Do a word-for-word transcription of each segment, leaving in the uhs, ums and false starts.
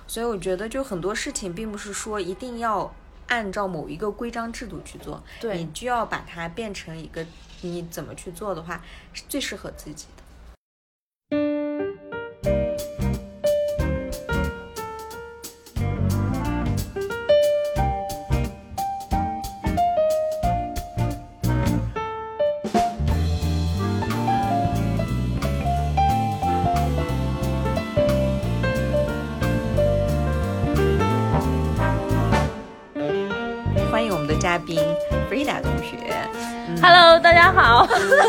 所以我觉得就很多事情并不是说一定要按照某一个规章制度去做， 对， 你就要把它变成一个你怎么去做的话是最适合自己的。欢迎我们的嘉宾 Frida 同学。 嗯、Hello， 大家好。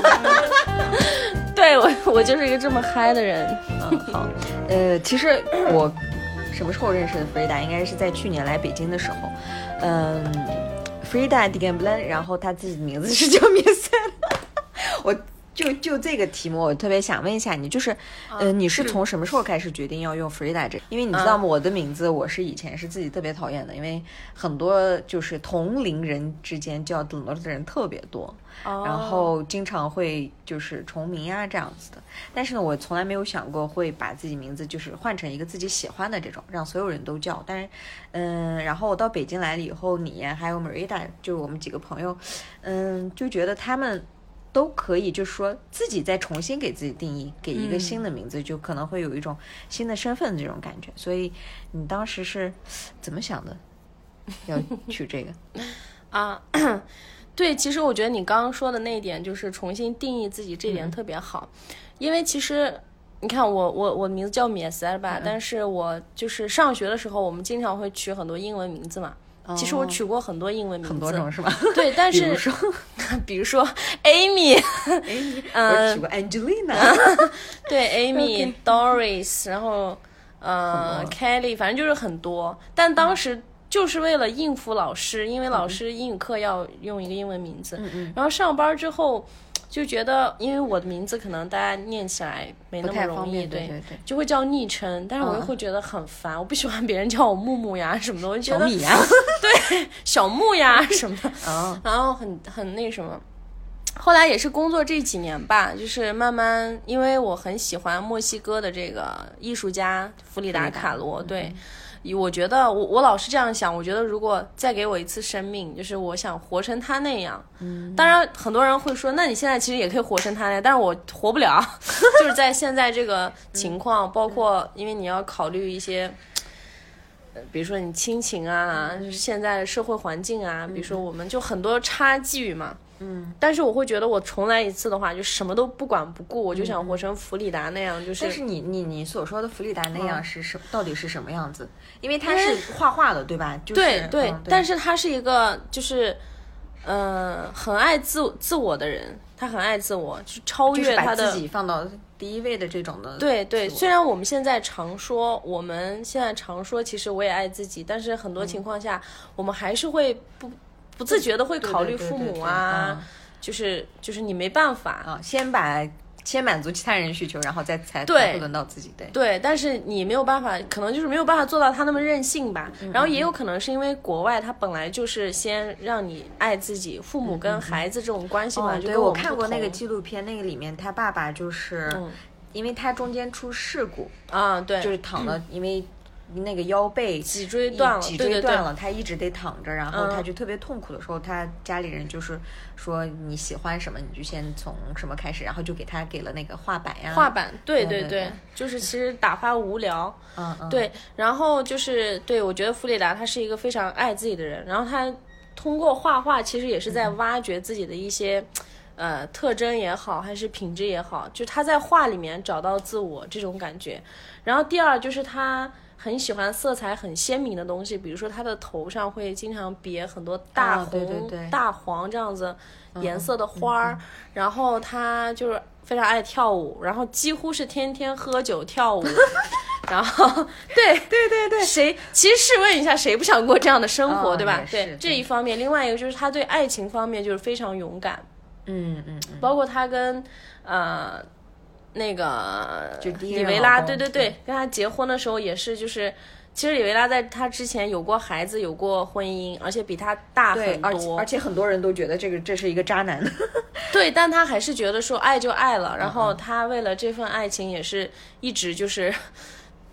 对我，我就是一个这么嗨的人。 嗯，好。呃，其实我什么时候认识的 Frida？ 应该是在去年来北京的时候。嗯 ，Frida Digamblen， 然后她自己的名字是叫 Miss。我就就这个题目，我特别想问一下你，就是，呃，你是从什么时候开始决定要用 Frida 这？因为你知道吗，我的名字我是以前是自己特别讨厌的，因为很多就是同龄人之间叫等的人特别多，然后经常会就是重名啊这样子的。但是呢，我从来没有想过会把自己名字就是换成一个自己喜欢的这种，让所有人都叫。但是，嗯，然后我到北京来了以后，你还有 Marita， 就是我们几个朋友，嗯，就觉得他们都可以，就是说自己再重新给自己定义，给一个新的名字，嗯、就可能会有一种新的身份的这种感觉。所以你当时是怎么想的，要取这个啊？对，其实我觉得你刚刚说的那一点，就是重新定义自己这点特别好，嗯、因为其实你看我我我名字叫米塞吧，嗯、但是我就是上学的时候，我们经常会取很多英文名字嘛。其实我取过很多英文名字， 很多种是吧？ 对，但是比如说， 比如说 Amy， Amy， 我取过 Angelina， 对 Amy、Doris， 然后呃 Kelly， 反正就是很多。但当时就是为了应付老师，因为老师英语课要用一个英文名字， 嗯然后上班之后就觉得，因为我的名字可能大家念起来没那么容易， 对对对， 就会叫昵称，但是我又会觉得很烦，嗯、我不喜欢别人叫我木木呀什么的，我就觉得小米呀， 对，小木呀什么的， 哦、 然后很很那什么。后来也是工作这几年吧，就是慢慢，因为我很喜欢墨西哥的这个艺术家弗里达卡罗，对。嗯我觉得我我老是这样想，我觉得如果再给我一次生命，就是我想活成他那样。 嗯， 当然很多人会说，那你现在其实也可以活成他那样，但是我活不了，就是在现在这个情况，嗯、包括因为你要考虑一些，呃，比如说你亲情啊，就是现在的社会环境啊，比如说我们就很多差距嘛。 嗯， 但是我会觉得我重来一次的话，就什么都不管不顾，我就想活成弗里达那样，就是。 但是你你你所说的弗里达那样是什、嗯、到底是什么样子？因为他是画画的，对吧？就是对对、 嗯、对， 但是他是一个就是，呃，很爱自自我的人，他很爱自我，就超越他的、 就是、把自己放到第一位的这种的。 对对，虽然我们现在常说，我们现在常说，其实我也爱自己，但是很多情况下，嗯、我们还是会不。不自觉的会考虑父母啊，就是就是你没办法啊，先把先满足其他人需求，然后再才才会轮到自己。对对，但是你没有办法，可能就是没有办法做到他那么任性吧。 嗯、 然后也有可能是因为国外他本来就是先让你爱自己，父母跟孩子这种关系嘛， 嗯、 就跟我们不同。对，我看过那个纪录片，那个里面他爸爸就是， 嗯、 因为他中间出事故啊，对， 就是躺了，嗯、因为。那个腰背脊椎断了， 脊椎断了， 对对对， 他一直得躺着，然后他就特别痛苦的时候，嗯、他家里人就是说你喜欢什么，你就先从什么开始，然后就给他给了那个画板呀， 画板，对对对, 对, 对，就是其实打发无聊， 嗯嗯， 对，然后就是对我觉得弗里达他是一个非常爱自己的人，然后他通过画画其实也是在挖掘自己的一些。嗯呃，特征也好，还是品质也好，就他在画里面找到自我这种感觉。然后第二就是他很喜欢色彩很鲜明的东西，比如说他的头上会经常别很多大红、 哦、对对对大黄这样子颜色的花儿、 嗯嗯嗯、 然后他就是非常爱跳舞，然后几乎是天天喝酒跳舞。然后对对对对， 谁其实试问一下，谁不想过这样的生活， 哦、 对吧？ 对， 对这一方面，另外一个就是他对爱情方面就是非常勇敢。 嗯嗯嗯， 包括他跟呃那个就李维拉，对对对，跟他结婚的时候也是，就是其实李维拉在他之前有过孩子，有过婚姻，而且比他大很多， 而且很多人都觉得这个这是一个渣男。 对，但他还是觉得说爱就爱了，然后他为了这份爱情也是一直就是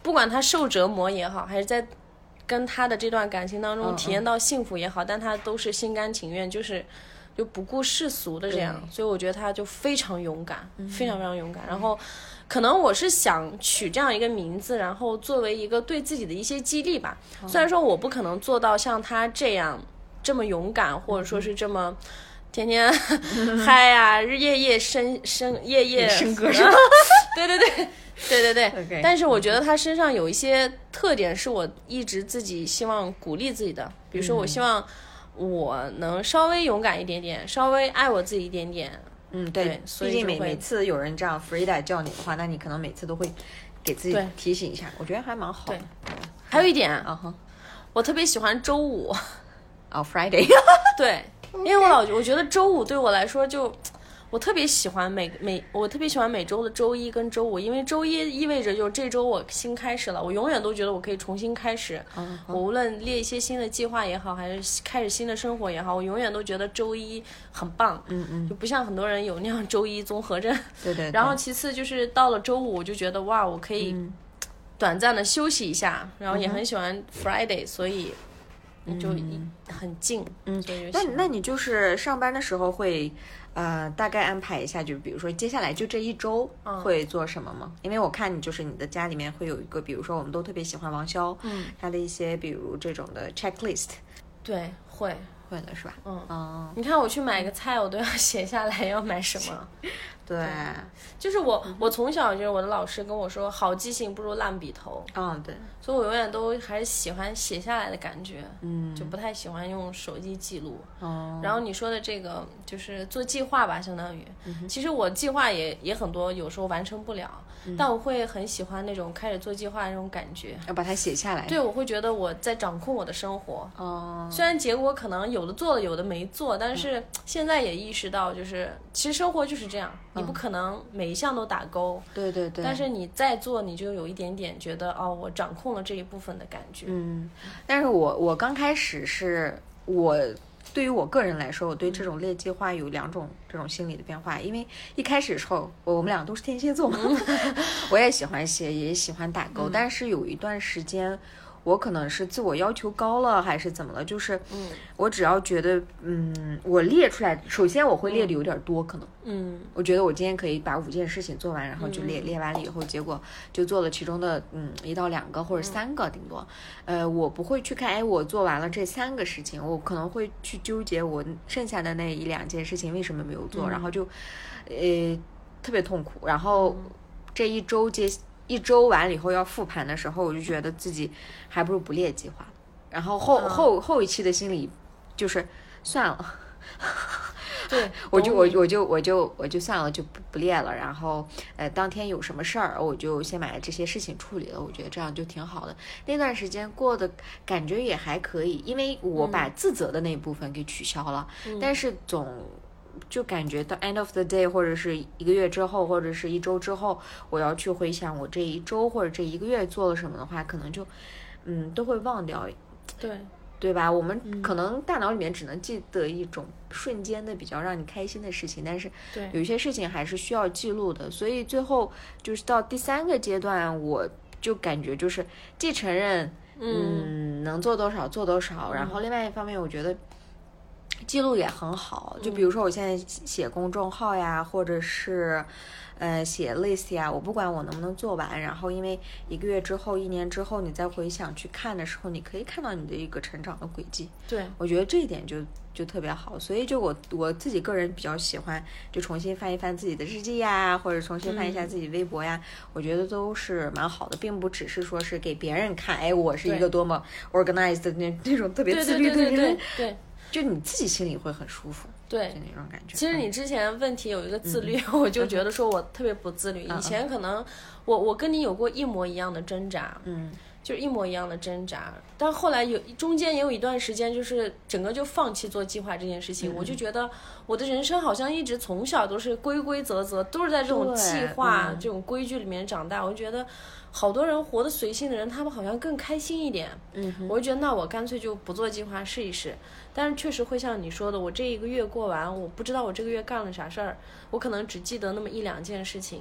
不管他受折磨也好，还是在跟他的这段感情当中体验到幸福也好，嗯嗯但他都是心甘情愿，就是就不顾世俗的这样，所以我觉得他就非常勇敢，嗯、非常非常勇敢。然后，可能我是想取这样一个名字，然后作为一个对自己的一些激励吧。嗯、虽然说我不可能做到像他这样这么勇敢，或者说是这么天天嗨啊，日夜夜笙笙夜夜笙歌是吧？ 对对对。对对对， okay, 但是我觉得他身上有一些特点是我一直自己希望鼓励自己的，比如说我希望我能稍微勇敢一点点，稍微爱我自己一点点。 嗯，对， 对所以毕竟每每次有人这样 Frida 叫你的话，那你可能每次都会给自己提醒一下，我觉得还蛮好的。 还有一点， 啊哈， 我特别喜欢周五。 哦、oh, Friday 对，因为我老我觉得周五对我来说就。我特别喜欢每每我特别喜欢每周的周一跟周五，因为周一意味着就是这周我新开始了，我永远都觉得我可以重新开始。Uh-huh. 我无论列一些新的计划也好，还是开始新的生活也好，我永远都觉得周一很棒。 嗯嗯， 就不像很多人有那样周一综合症。 对 对, 对。 然后其次就是到了周五，我就觉得哇，我可以短暂的休息一下，嗯、然后也很喜欢 Friday，、嗯、所以就很近。 嗯，那那你就是上班的时候会。呃，大概安排一下，就比如说接下来就这一周会做什么吗？嗯、因为我看你就是你的家里面会有一个，比如说我们都特别喜欢王潇，嗯，他的一些比如这种的 checklist， 对，会会的是吧？ 嗯嗯，你看我去买个菜，我都要写下来要买什么。 对，对就是我，我从小就是我的老师跟我说，好记性不如烂笔头。 嗯，对， 所以我永远都还是喜欢写下来的感觉， 嗯， 就不太喜欢用手机记录。 哦， 然后你说的这个就是做计划吧，相当于， 嗯、 其实我计划也也很多，有时候完成不了，嗯、但我会很喜欢那种开始做计划的那种感觉， 要把它写下来。 对，我会觉得我在掌控我的生活。 哦， 虽然结果可能有的做了，有的没做，但是现在也意识到，就是其实生活就是这样。你不可能每一项都打勾， 嗯、对对对。 但是你再做，你就有一点点觉得哦，我掌控了这一部分的感觉。 嗯，但是我我刚开始是我对于我个人来说，我对这种列计划有两种这种心理的变化。因为一开始的时候，我我们俩都是天蝎座嘛，嗯、我也喜欢写，也喜欢打勾，嗯、但是有一段时间。我可能是自我要求高了，还是怎么了？就是， 嗯， 我只要觉得，嗯，我列出来，首先我会列的有点多，可能， 嗯， 我觉得我今天可以把五件事情做完，然后就列， 嗯、 列完了以后，结果就做了其中的，嗯，一到两个或者三个顶多， 嗯、 呃，我不会去看，哎，我做完了这三个事情，我可能会去纠结我剩下的那一两件事情为什么没有做， 嗯、 然后就，呃，特别痛苦，然后这一周接。一周完了以后要复盘的时候，我就觉得自己还不如不列计划，然后后、嗯、后后一期的心理就是算了， 对， 我就我我就我就我就算了，就不不列了。然后呃，当天有什么事儿，我就先把这些事情处理了。我觉得这样就挺好的。那段时间过的感觉也还可以，因为我把自责的那一部分给取消了， 嗯、 但是总。就感觉到 end of the day 或者是一个月之后或者是一周之后，我要去回想我这一周或者这一个月做了什么的话，可能就嗯都会忘掉， 对对吧？我们可能大脑里面只能记得一种瞬间的比较让你开心的事情，但是有一些事情还是需要记录的。所以最后就是到第三个阶段，我就感觉就是既承认嗯能做多少做多少，然后另外一方面我觉得记录也很好，就比如说我现在写公众号呀，或者是呃写 list 呀，我不管我能不能做完，然后因为一个月之后一年之后你再回想去看的时候，你可以看到你的一个成长的轨迹。 对， 我觉得这一点就就特别好，所以就我我自己个人比较喜欢就重新翻一翻自己的日记呀，或者重新翻一下自己微博呀、嗯、我觉得都是蛮好的，并不只是说是给别人看，哎我是一个多么 organized 的那那种特别自律的人， 对对对对对对， 就你自己心里会很舒服， 对， 就那种感觉。 其实你之前问题有一个自律、嗯、我就觉得说我特别不自律、嗯、以前可能我我跟你有过一模一样的挣扎， 嗯， 就是一模一样的挣扎，但后来有中间也有一段时间就是整个就放弃做计划这件事情、嗯、我就觉得我的人生好像一直从小都是规规则则，都是在这种计划、嗯、这种规矩里面长大，我就觉得好多人活得随性的人他们好像更开心一点， 嗯， 我就觉得那我干脆就不做计划试一试，但是确实会像你说的，我这一个月过完，我不知道我这个月干了啥事儿，我可能只记得那么一两件事情，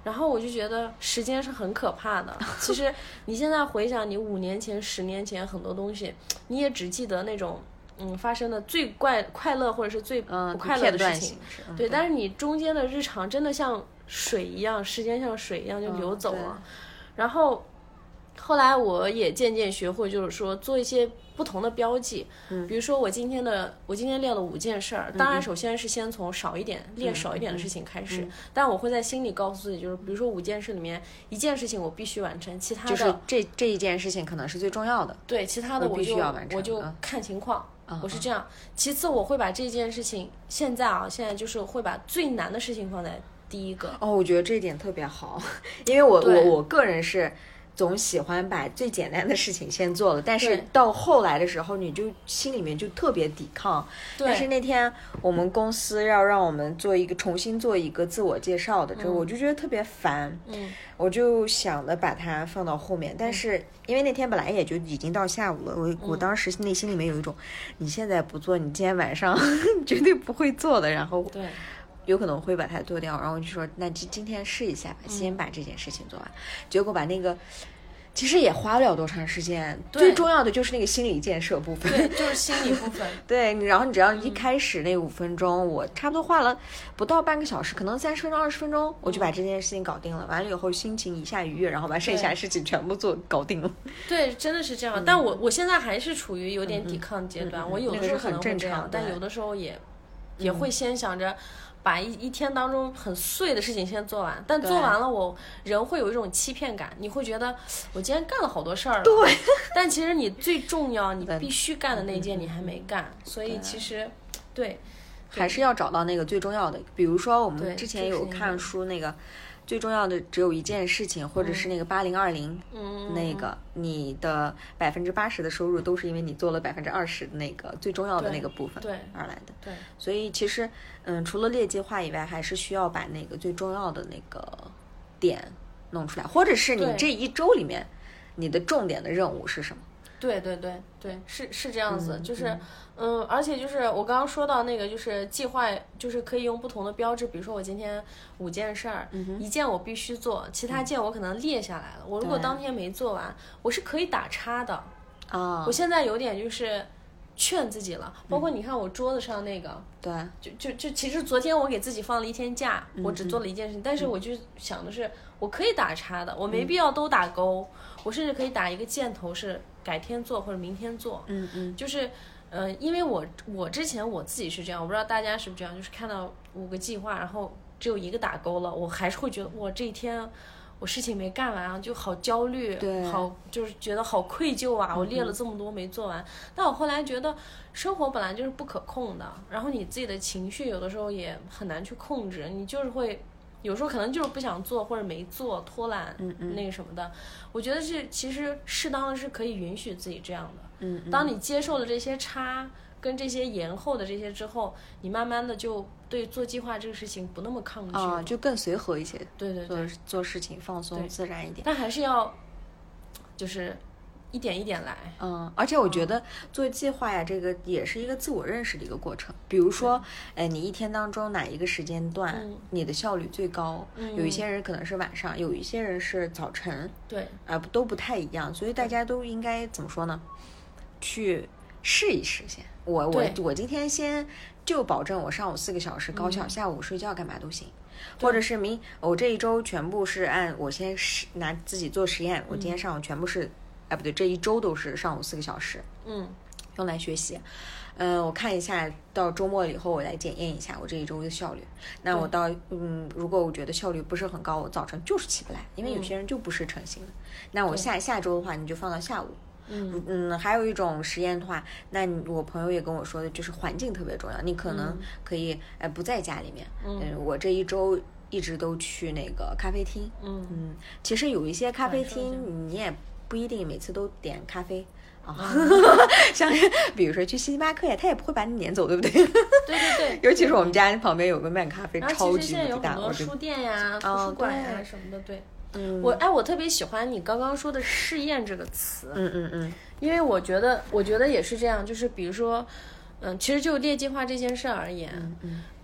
然后我就觉得时间是很可怕的。其实你现在回想你五年前、十年前很多东西，你也只记得那种嗯发生的最怪快乐或者是最不快乐的事情， 嗯、 对。但是你中间的日常真的像水一样，时间像水一样就流走了。 嗯、 然后后来我也渐渐学会，就是说做一些不同的标记， 嗯， 比如说我今天的我今天练了五件事儿，当然首先是先从少一点、嗯、练少一点的事情开始， 嗯、 但我会在心里告诉自己，就是比如说五件事里面一件事情我必须完成，其他的就是这这一件事情可能是最重要的， 对，其他的我就必须要完成， 我就看情况。 嗯、 我是这样，其次我会把这件事情现在啊，现在就是会把最难的事情放在第一个。 哦，我觉得这一点特别好，因为我我我个人是总喜欢把最简单的事情先做了，但是到后来的时候，你就心里面就特别抵抗。但是那天我们公司要让我们做一个重新做一个自我介绍的，这、嗯、我就觉得特别烦。 嗯， 我就想着把它放到后面，但是因为那天本来也就已经到下午了，我、嗯、我当时内心里面有一种，你现在不做，你今天晚上绝对不会做的，然后对。 有可能会把它做掉，然后我就说那今今天试一下吧，先把这件事情做完。嗯、结果把那个其实也花不了多长时间，最重要的就是那个心理建设部分， 对，就是心理部分。 对，然后你只要一开始那五分钟、嗯，我差不多花了不到半个小时，可能三十分钟、二十分钟，我就把这件事情搞定了。嗯、完了以后心情一下愉悦，然后把剩下的事情全部做搞定了。 对，真的是这样。嗯、但我我现在还是处于有点抵抗阶段，嗯嗯、我有的时候可能会这样，但有的时候也也会先想着。把一一天当中很碎的事情先做完，但做完了我人会有一种欺骗感，你会觉得我今天干了好多事儿了， 对， 但其实你最重要你必须干的那件你还没干，所以其实对还是要找到那个最重要的。比如说我们之前有看书那个最重要的只有一件事情，或者是那个八零二零，那个你的百分之八十的收入都是因为你做了百分之二十的那个最重要的那个部分而来的。 对， 所以其实嗯，除了列计划以外，还是需要把那个最重要的那个点弄出来，或者是你这一周里面你的重点的任务是什么？ 对对对对，是是这样子， 嗯、 就是嗯、呃，而且就是我刚刚说到那个，就是计划，就是可以用不同的标志，比如说我今天五件事儿、 嗯， 一件我必须做，其他件我可能列下来了，嗯、我如果当天没做完，我是可以打叉的。 啊， 我现在有点就是劝自己了，包括你看我桌子上那个， 嗯、对， 就就就其实昨天我给自己放了一天假， 嗯、 我只做了一件事情，但是我就想的是，我可以打叉的，我没必要都打勾，嗯、我甚至可以打一个箭头是。改天做或者明天做， 嗯嗯， 就是，呃，因为我我之前我自己是这样，我不知道大家是不是这样，就是看到五个计划，然后只有一个打勾了，我还是会觉得哇，这一天我事情没干完，就好焦虑， 对， 好就是觉得好愧疚啊，我列了这么多没做完。嗯、但我后来觉得生活本来就是不可控的，然后你自己的情绪有的时候也很难去控制，你就是会。有时候可能就是不想做或者没做拖懒， 嗯嗯， 那个什么的，我觉得是其实适当的是可以允许自己这样的。 嗯嗯， 当你接受了这些差跟这些延后的这些之后，你慢慢的就对做计划这个事情不那么抗拒啊，就更随和一些。 对对对， 做做事情放松自然一点。 但还是要就是一点一点来。 嗯，而且我觉得做计划呀，这个也是一个自我认识的一个过程。比如说，哎，你一天当中哪一个时间段、嗯、你的效率最高、 嗯？ 有一些人可能是晚上，有一些人是早晨， 对， 啊、呃，都不太一样。所以大家都应该怎么说呢？去试一试先。我我我今天先就保证我上午四个小时高效，嗯、下午睡觉干嘛都行。或者是明我这一周全部是按我先拿自己做实验，嗯、我今天上午全部是。哎，不对，这一周都是上午四个小时， 嗯， 用来学习。嗯、呃，我看一下到周末了以后，我来检验一下我这一周的效率。那我到嗯，如果我觉得效率不是很高，我早晨就是起不来，因为有些人就不是成型的。嗯、那我下下周的话，你就放到下午。 嗯嗯，还有一种实验的话，那我朋友也跟我说的，就是环境特别重要。你可能可以呃不在家里面， 嗯， 呃、我这一周一直都去那个咖啡厅。 嗯嗯，其实有一些咖啡厅你也。不一定每次都点咖啡啊， 嗯、 像比如说去星巴克呀，他也不会把你撵走，对不对？ 对对对， 尤其是我们家旁边有个卖咖啡，超级无敌大。 有很多书店呀、图书馆呀什么的，对。 嗯， 我哎，我特别喜欢你刚刚说的试验这个词。 嗯嗯嗯， 因为我觉得，我觉得也是这样，就是比如说，嗯，其实就列计划这件事而言， 嗯嗯。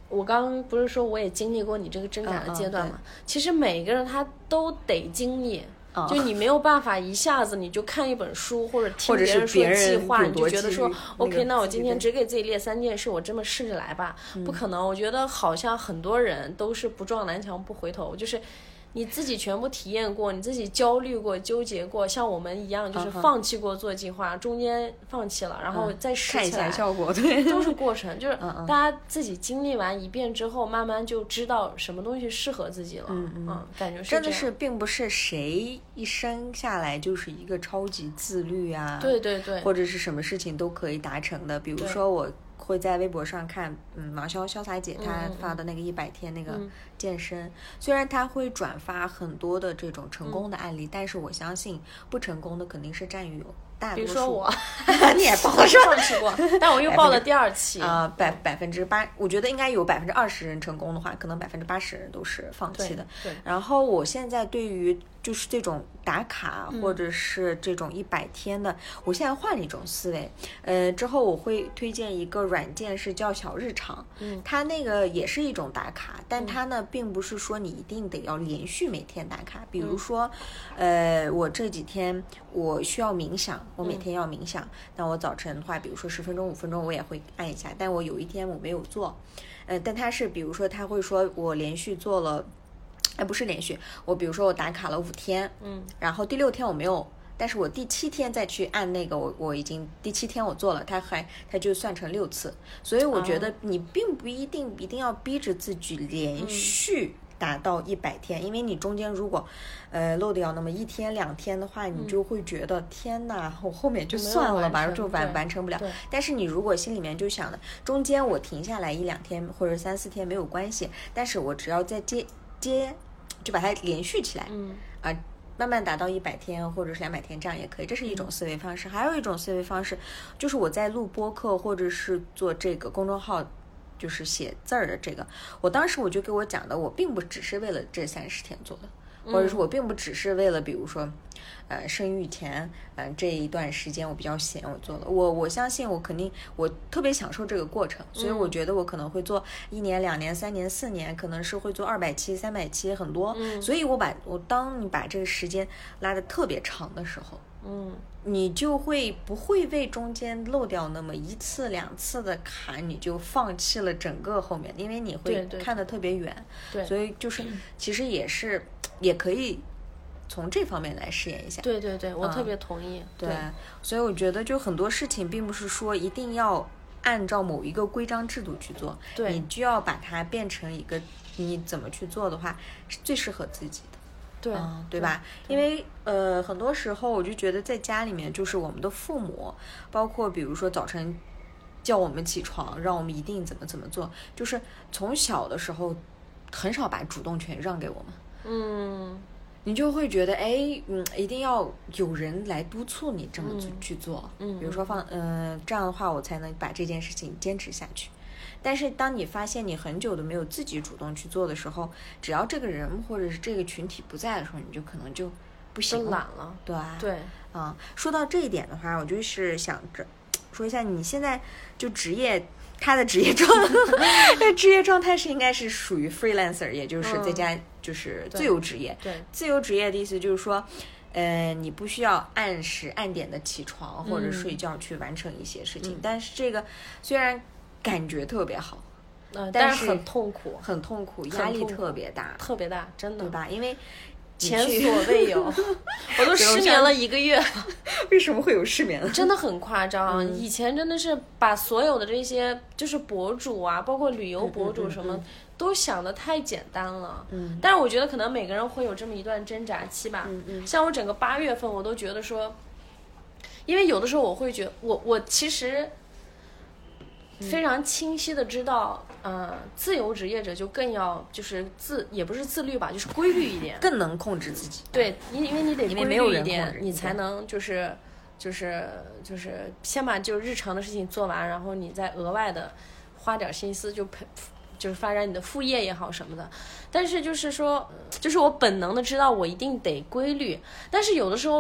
我刚刚不是说我也经历过你这个挣扎的阶段嘛？ 嗯嗯、 其实每个人他都得经历。就你没有办法一下子你就看一本书或者听别人说计划，你就觉得说 OK， 那我今天只给自己列三件事，我这么试着来吧。 嗯、 不可能，我觉得好像很多人都是不撞南墙不回头，就是你自己全部体验过，你自己焦虑过、纠结过，像我们一样，就是放弃过做计划，uh-huh. 中间放弃了，然后再试起来， 看一下效果，对， 都是过程。就是大家自己经历完一遍之后，慢慢就知道什么东西适合自己了。嗯嗯，嗯感觉是真的是，并不是谁一生下来就是一个超级自律啊， 对对对， 或者是什么事情都可以达成的。比如说我会在微博上看，嗯，马潇潇洒姐她发的那个一百天那个健身、嗯，虽然她会转发很多的这种成功的案例，嗯、但是我相信不成功的肯定是占有大多数。 比如说我， 你也报了放弃过，但我又报了第二期啊、呃，百百分之八，我觉得应该有百分之二十人成功的话，可能百分之八十人都是放弃的。 对。对然后我现在对于就是这种打卡或者是这种一百天的、嗯，我现在换了一种思维。呃，之后我会推荐一个软件是叫小日常， 嗯， 它那个也是一种打卡，但它呢、嗯、并不是说你一定得要连续每天打卡。比如说，嗯、呃，我这几天我需要冥想，我每天要冥想，嗯、那我早晨的话，比如说十分钟、五分钟，我也会按一下。但我有一天我没有做，呃，但它是比如说他会说我连续做了。哎，不是连续，我比如说我打卡了五天， 嗯， 然后第六天我没有，但是我第七天再去按那个，我我已经第七天我做了，它还它就算成六次，所以我觉得你并不一定一定要逼着自己连续达到一百天、嗯，因为你中间如果呃漏掉那么一天两天的话，你就会觉得、嗯、天哪，我后面就算了吧，就完完成不了。但是你如果心里面就想的，中间我停下来一两天或者三四天没有关系，但是我只要再接接。就把它连续起来， 嗯啊，慢慢达到一百天或者是两百天，这样也可以。这是一种思维方式。嗯、还有一种思维方式，就是我在录播客或者是做这个公众号，就是写字儿的这个。我当时我就给我讲的，我并不只是为了这三十天做的，或者说我并不只是为了，比如说，呃，生育前，嗯、呃，这一段时间我比较闲，我做了。我我相信我肯定我特别享受这个过程，所以我觉得我可能会做一年、两年、三年、四年，可能是会做二百期、三百期，很多。 嗯， 所以我把我当你把这个时间拉得特别长的时候， 嗯， 你就会不会为中间漏掉那么一次两次的卡，你就放弃了整个后面，因为你会看得特别远。 对， 所以就是其实也是也可以。从这方面来试验一下。 对对对，我特别同意。 嗯、对，所以我觉得就很多事情并不是说一定要按照某一个规章制度去做， 对， 你就要把它变成一个你怎么去做的话是最适合自己的。 对、 嗯，对吧？对，因为呃，很多时候我就觉得在家里面，就是我们的父母，包括比如说早晨叫我们起床，让我们一定怎么怎么做，就是从小的时候很少把主动权让给我们。 嗯。 你就会觉得，哎，嗯，一定要有人来督促你这么去做， 嗯， 比如说放，嗯、呃，这样的话我才能把这件事情坚持下去。但是当你发现你很久都没有自己主动去做的时候，只要这个人或者是这个群体不在的时候，你就可能就不行了， 懒了。 对对， 啊、嗯，说到这一点的话，我就是想着说一下，你现在就职业。他的职业状态，职业状态是应该是属于 freelancer， 也就是在家就是自由职业。 嗯、对， 自由职业的意思就是说，呃，你不需要按时按点的起床或者睡觉去完成一些事情，嗯、但是这个虽然感觉特别好， 嗯， 但是很痛苦， 很痛苦，压力特别大， 特别大，真的， 对吧？因为前所未有，我都失眠了一个月。 为什么会有失眠？ 真的很夸张、 嗯。 以前真的是把所有的这些就是博主啊，包括旅游博主什么， 嗯嗯嗯、 都想得太简单了。 嗯。 但是我觉得可能每个人会有这么一段挣扎期吧。 嗯嗯。 像我整个八月份，我都觉得说，因为有的时候我会觉得，我我其实非常清晰的知道。呃，自由职业者就更要就是自也不是自律吧，就是规律一点， 更能控制自己。 对，因因为你得规律一点， 你你才能就是就是就是先把就日常的事情做完，然后你再额外的花点心思就培就是发展你的副业也好什么的。但是就是说，就是我本能的知道我一定得规律，但是有的时候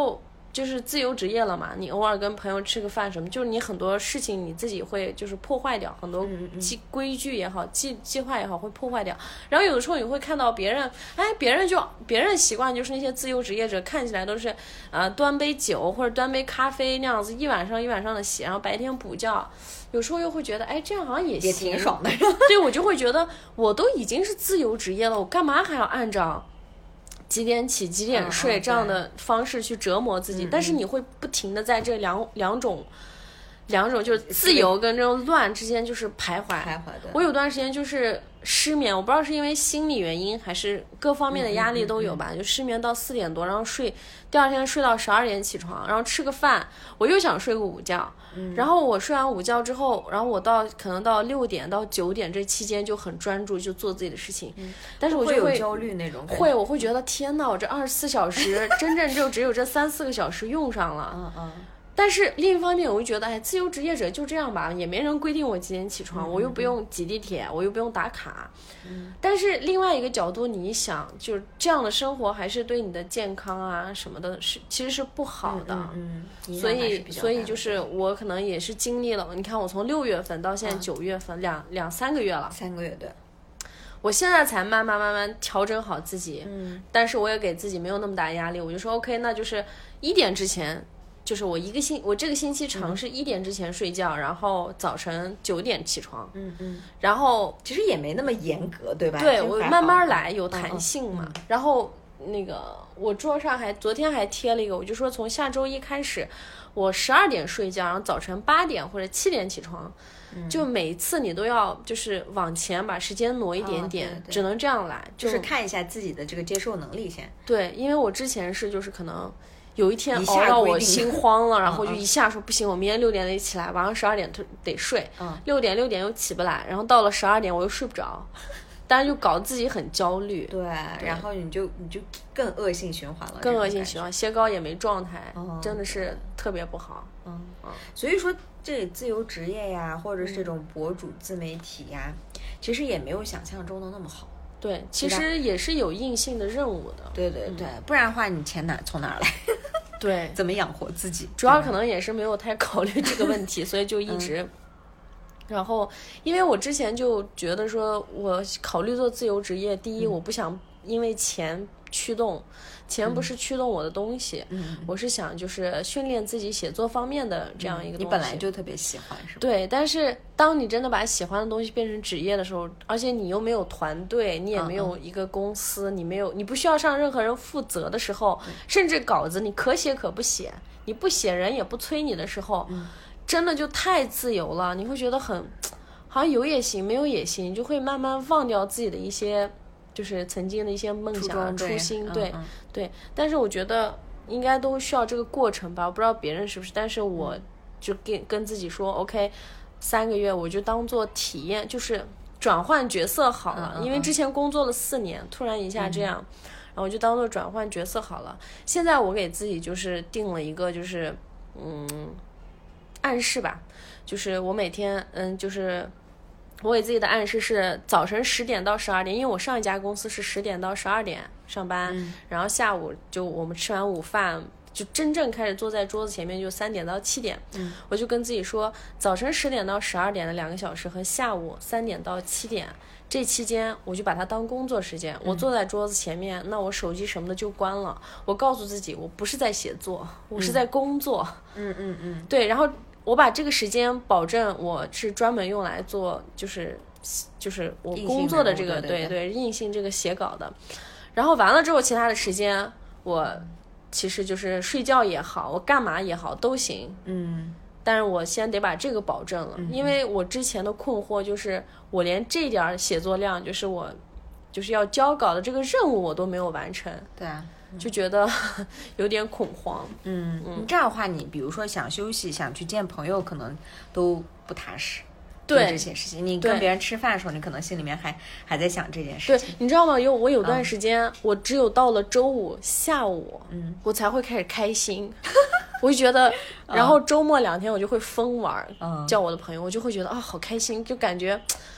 就是自由职业了嘛，你偶尔跟朋友吃个饭什么，就是你很多事情你自己会就是破坏掉，很多规规矩也好，计计划也好会破坏掉。然后有的时候你会看到别人，哎，别人就别人习惯就是那些自由职业者看起来都是，呃，端杯酒或者端杯咖啡那样子一晚上一晚上的写，然后白天补觉。有时候又会觉得，哎，这样好像也也挺爽的。 对，我就会觉得我都已经是自由职业了，我干嘛还要按照几点起几点睡这样的方式去折磨自己？ 嗯嗯但是你会不停的在这两两种两种就是自由跟这种乱之间就是徘徊。 徘徊的。 我有段时间就是失眠，我不知道是因为心理原因还是各方面的压力都有吧， 嗯嗯嗯就失眠到四点多，然后睡，第二天睡到十二点起床，然后吃个饭，我又想睡个午觉，嗯、然后我睡完午觉之后，然后我到可能到六点到九点这期间就很专注，就做自己的事情，嗯、但是我就会会有焦虑那种感觉， 会，我会觉得天哪，我这二十四小时真正就只有这三四个小时用上了， 嗯嗯。 但是另一方面，我就觉得，哎，自由职业者就这样吧，也没人规定我几点起床，嗯、我又不用挤地铁，我又不用打卡。嗯。但是另外一个角度，你一想，就是这样的生活还是对你的健康啊什么的，是其实是不好的。 嗯。嗯所以，所以就是我可能也是经历了，你看我从六月份到现在九月份，嗯、两两三个月了。 三个月对。 我现在才慢慢慢慢调整好自己， 嗯。 但是我也给自己没有那么大压力，我就说 OK， 那就是一点之前。就是我一个星，我这个星期尝试一点之前睡觉，嗯、然后早晨九点起床。 嗯嗯。 然后其实也没那么严格，对吧？ 对，我慢慢来，有弹性嘛。 嗯嗯、 然后那个我桌上还昨天还贴了一个，我就说从下周一开始，我十二点睡觉，然后早晨八点或者七点起床。嗯、就每一次你都要就是往前把时间挪一点点，哦、对对只能这样来。 就, 就是看一下自己的这个接受能力先。 对，因为我之前是就是可能。有一天熬到我心慌了，然后就一下说不行，我明天六点得起来，晚上十二点得睡，六点六点又起不来，然后到了十二点我又睡不着，但是就搞得自己很焦虑。 对，对然后你就你就更恶性循环了， 更恶性循环，歇高也没状态，哦、真的是特别不好。 嗯嗯，所以说这自由职业呀，或者是这种博主自媒体呀，嗯、其实也没有想象中的那么好。 对，其实也是有硬性的任务的。 对对对，嗯、不然的话你钱哪从哪儿来？ 对， 怎么养活自己？ 主要可能也是没有太考虑这个问题，所以就一直。嗯、然后，因为我之前就觉得说，我考虑做自由职业，第一，嗯、我不想因为钱驱动，钱不是驱动我的东西，嗯、我是想就是训练自己写作方面的这样一个东西。 你本来就特别喜欢，是吧？ 对，但是当你真的把喜欢的东西变成职业的时候，而且你又没有团队，你也没有一个公司，嗯、你没有，你不需要向任何人负责的时候，嗯、甚至稿子你可写可不写，你不写人也不催你的时候，嗯、真的就太自由了，你会觉得很，好像有也行，没有也行，你就会慢慢忘掉自己的一些。就是曾经的一些梦想、初心，对、嗯嗯、对，但是我觉得应该都需要这个过程吧，我不知道别人是不是，但是我就跟跟自己说 ，OK， 三个月我就当做体验，就是转换角色好了，嗯嗯嗯因为之前工作了四年，突然一下这样，嗯、然后我就当做转换角色好了。现在我给自己就是定了一个就是嗯暗示吧，就是我每天嗯就是。我给自己的暗示是早晨十点到十二点，因为我上一家公司是十点到十二点上班，嗯、然后下午就我们吃完午饭就真正开始坐在桌子前面就三点到七点，嗯、我就跟自己说，早晨十点到十二点的两个小时和下午三点到七点这期间，我就把它当工作时间，嗯、我坐在桌子前面，那我手机什么的就关了，我告诉自己我不是在写作，我是在工作， 嗯嗯嗯， 对，然后。我把这个时间保证我是专门用来做，就是就是我工作的这个对对硬性这个写稿的，然后完了之后，其他的时间我其实就是睡觉也好，我干嘛也好都行， 嗯， 但是我先得把这个保证了， 嗯、 因为我之前的困惑就是我连这点写作量，就是我就是要交稿的这个任务我都没有完成， 对啊。 就觉得有点恐慌。 嗯嗯，这样的话，你比如说想休息、想去见朋友，可能都不踏实。 对这些事情，你跟别人吃饭的时候，你可能心里面还还在想这件事情。 对，你知道吗？有我有段时间，嗯、我只有到了周五下午， 嗯， 我才会开始开心。我就觉得，然后周末两天我就会疯玩，嗯、叫我的朋友，我就会觉得啊，好开心，就感觉。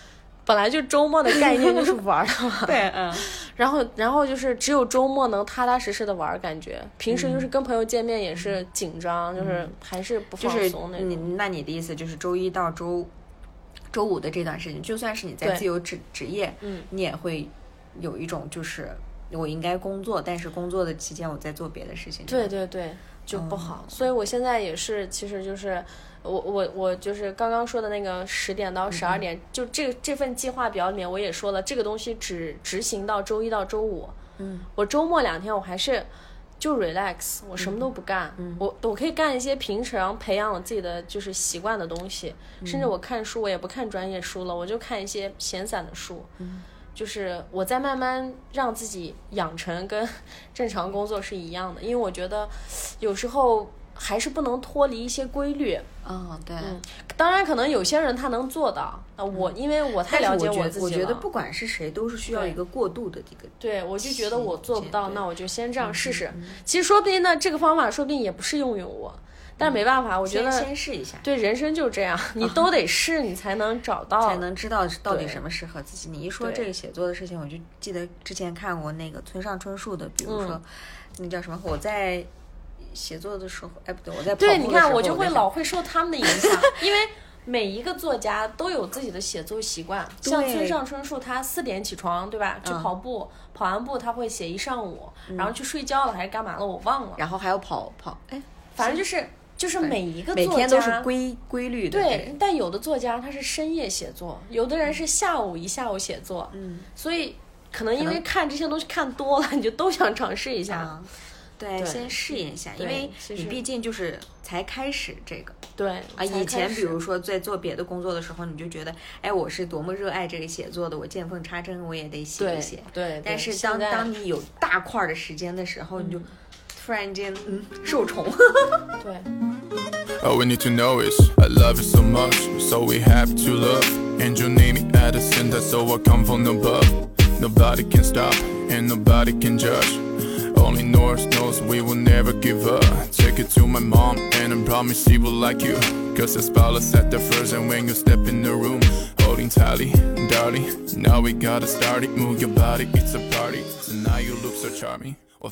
本来就周末的概念就是玩的嘛。 对，嗯。 然后，然后就是只有周末能踏踏实实的玩，感觉平时就是跟朋友见面也是紧张，嗯、就是还是不放松那种。 就是、你那你的意思就是周一到周周五的这段时间，就算是你在自由职职业，嗯，你也会有一种就是我应该工作，但是工作的期间我在做别的事情。 对对对，就不好。嗯、所以我现在也是，其实就是我我我就是刚刚说的那个十点到十二点，嗯、就这这份计划表里面我也说了，这个东西只执行到周一到周五。嗯，我周末两天我还是就 relax， 我什么都不干，嗯、我我可以干一些平常培养我自己的就是习惯的东西，嗯、甚至我看书我也不看专业书了，我就看一些闲散的书。嗯，就是我在慢慢让自己养成跟正常工作是一样的，因为我觉得有时候还是不能脱离一些规律。 嗯，对。嗯， 当然可能有些人他能做到，呃，我因为我太了解我自己了。 我觉得不管是谁都是需要一个过渡的这个。 对，我就觉得我做不到，那我就先这样试试。嗯嗯、其实说不定呢，这个方法说不定也不适用于我。但是没办法，我觉得先先试一下。 对，人生就是这样，你都得试，你才能找到， 才能知道到底什么适合自己。你一说这个写作的事情，我就记得之前看过那个村上春树的，比如说、嗯、那叫什么，我在写作的时候，哎不对，我在跑步的时候， 对，你看我就会老会受他们的影响，因为每一个作家都有自己的写作习惯。像村上春树，他四点起床，对吧？去跑步，嗯、跑完步他会写一上午，嗯、然后去睡觉了还是干嘛了，我忘了。 然后还要跑跑，哎， 反正就是。就是每一个作家每天都是规规律的， 对。但有的作家他是深夜写作，有的人是下午一下午写作，嗯。所以可能因为看这些东西看多了，你就都想尝试一下。 嗯、对, 对，先试一下，因为你毕竟就是才开始这个。 对啊，以前比如说在做别的工作的时候，你就觉得，哎，我是多么热爱这个写作的，我见缝插针我也得写一写。 对。对但是当当你有大块的时间的时候，嗯、你就。突然间，嗯，受宠。 对。 All we need to know is I love you so much, so we have to love. And you name me at the center, so I come from above. Nobody can stop, and nobody can judge. Only North knows we will never give up. Take it to my mom, and I promise she will like you. Cause the spell is at the first, and when you step in the room, holding tightly, darling. Now we gotta start it, move your body, it's a party. Tonight you look so charming. 啊，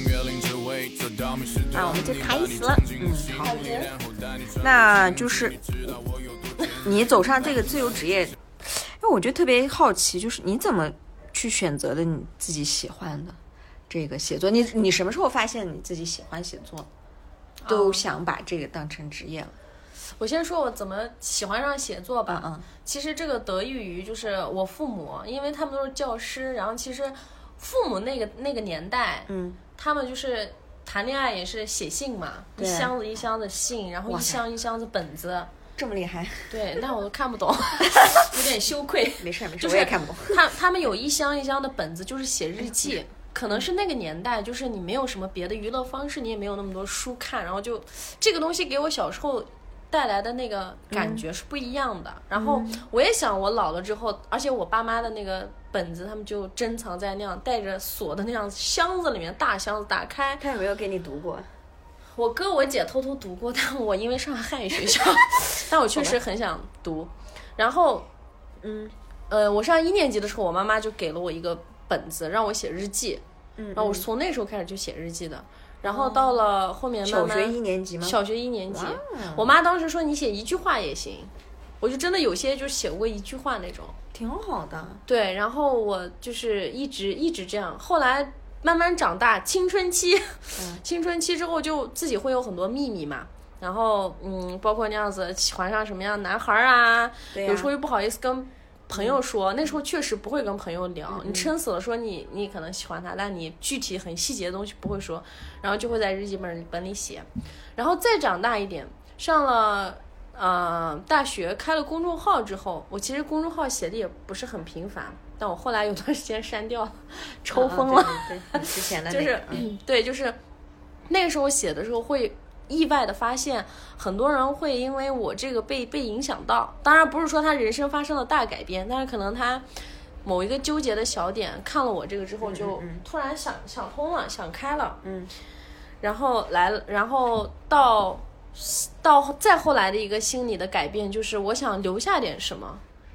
我们就开始了。嗯，好。那就是你走上这个自由职业，因为我觉得特别好奇，就是你怎么去选择的你自己喜欢的这个写作？你你什么时候发现你自己喜欢写作，都想把这个当成职业了？ 我先说我怎么喜欢上写作吧。 嗯嗯。 其实这个得益于就是我父母，因为他们都是教师，然后其实。父母那个那个年代，嗯，他们就是谈恋爱也是写信嘛，一箱子一箱子信，然后一箱一箱子本子， 这么厉害？ 对，但我都看不懂，有点羞愧。 没事没事， 就是我也看不懂。 他他们有一箱一箱的本子，就是写日记。可能是那个年代，就是你没有什么别的娱乐方式，你也没有那么多书看，然后就这个东西给我小时候带来的那个感觉是不一样的。嗯、然后我也想，我老了之后，而且我爸妈的那个。本子他们就珍藏在那样带着锁的那样箱子里面，大箱子打开。 他有没有给你读过？ 我哥我姐偷偷读过，但我因为上汉语学校，但我确实很想读。然后，嗯，呃，我上一年级的时候，我妈妈就给了我一个本子，让我写日记。嗯，然后我从那时候开始就写日记的。然后到了后面慢慢， 小学一年级吗？ 小学一年级。我妈当时说你写一句话也行，我就真的有些就写过一句话那种。 挺好的。 对，然后我就是一直一直这样，后来慢慢长大，青春期，嗯、青春期之后就自己会有很多秘密嘛，然后嗯，包括那样子喜欢上什么样的男孩啊， 对啊有时候又不好意思跟朋友说，嗯、那时候确实不会跟朋友聊，嗯、你撑死了说你你可能喜欢他，但你具体很细节的东西不会说，然后就会在日记本本里写，然后再长大一点，上了。呃，大学开了公众号之后，我其实公众号写的也不是很频繁，但我后来有段时间删掉了，抽风了。 啊、对对对之前的、那个、 就是、嗯、对，就是那个时候写的时候会意外的发现，很多人会因为我这个被被影响到。当然不是说他人生发生了大改变，但是可能他某一个纠结的小点，看了我这个之后就突然想、嗯嗯、想通了，想开了。嗯，然后来了，然后到。到再后来的一个心理的改变，就是我想留下点什么，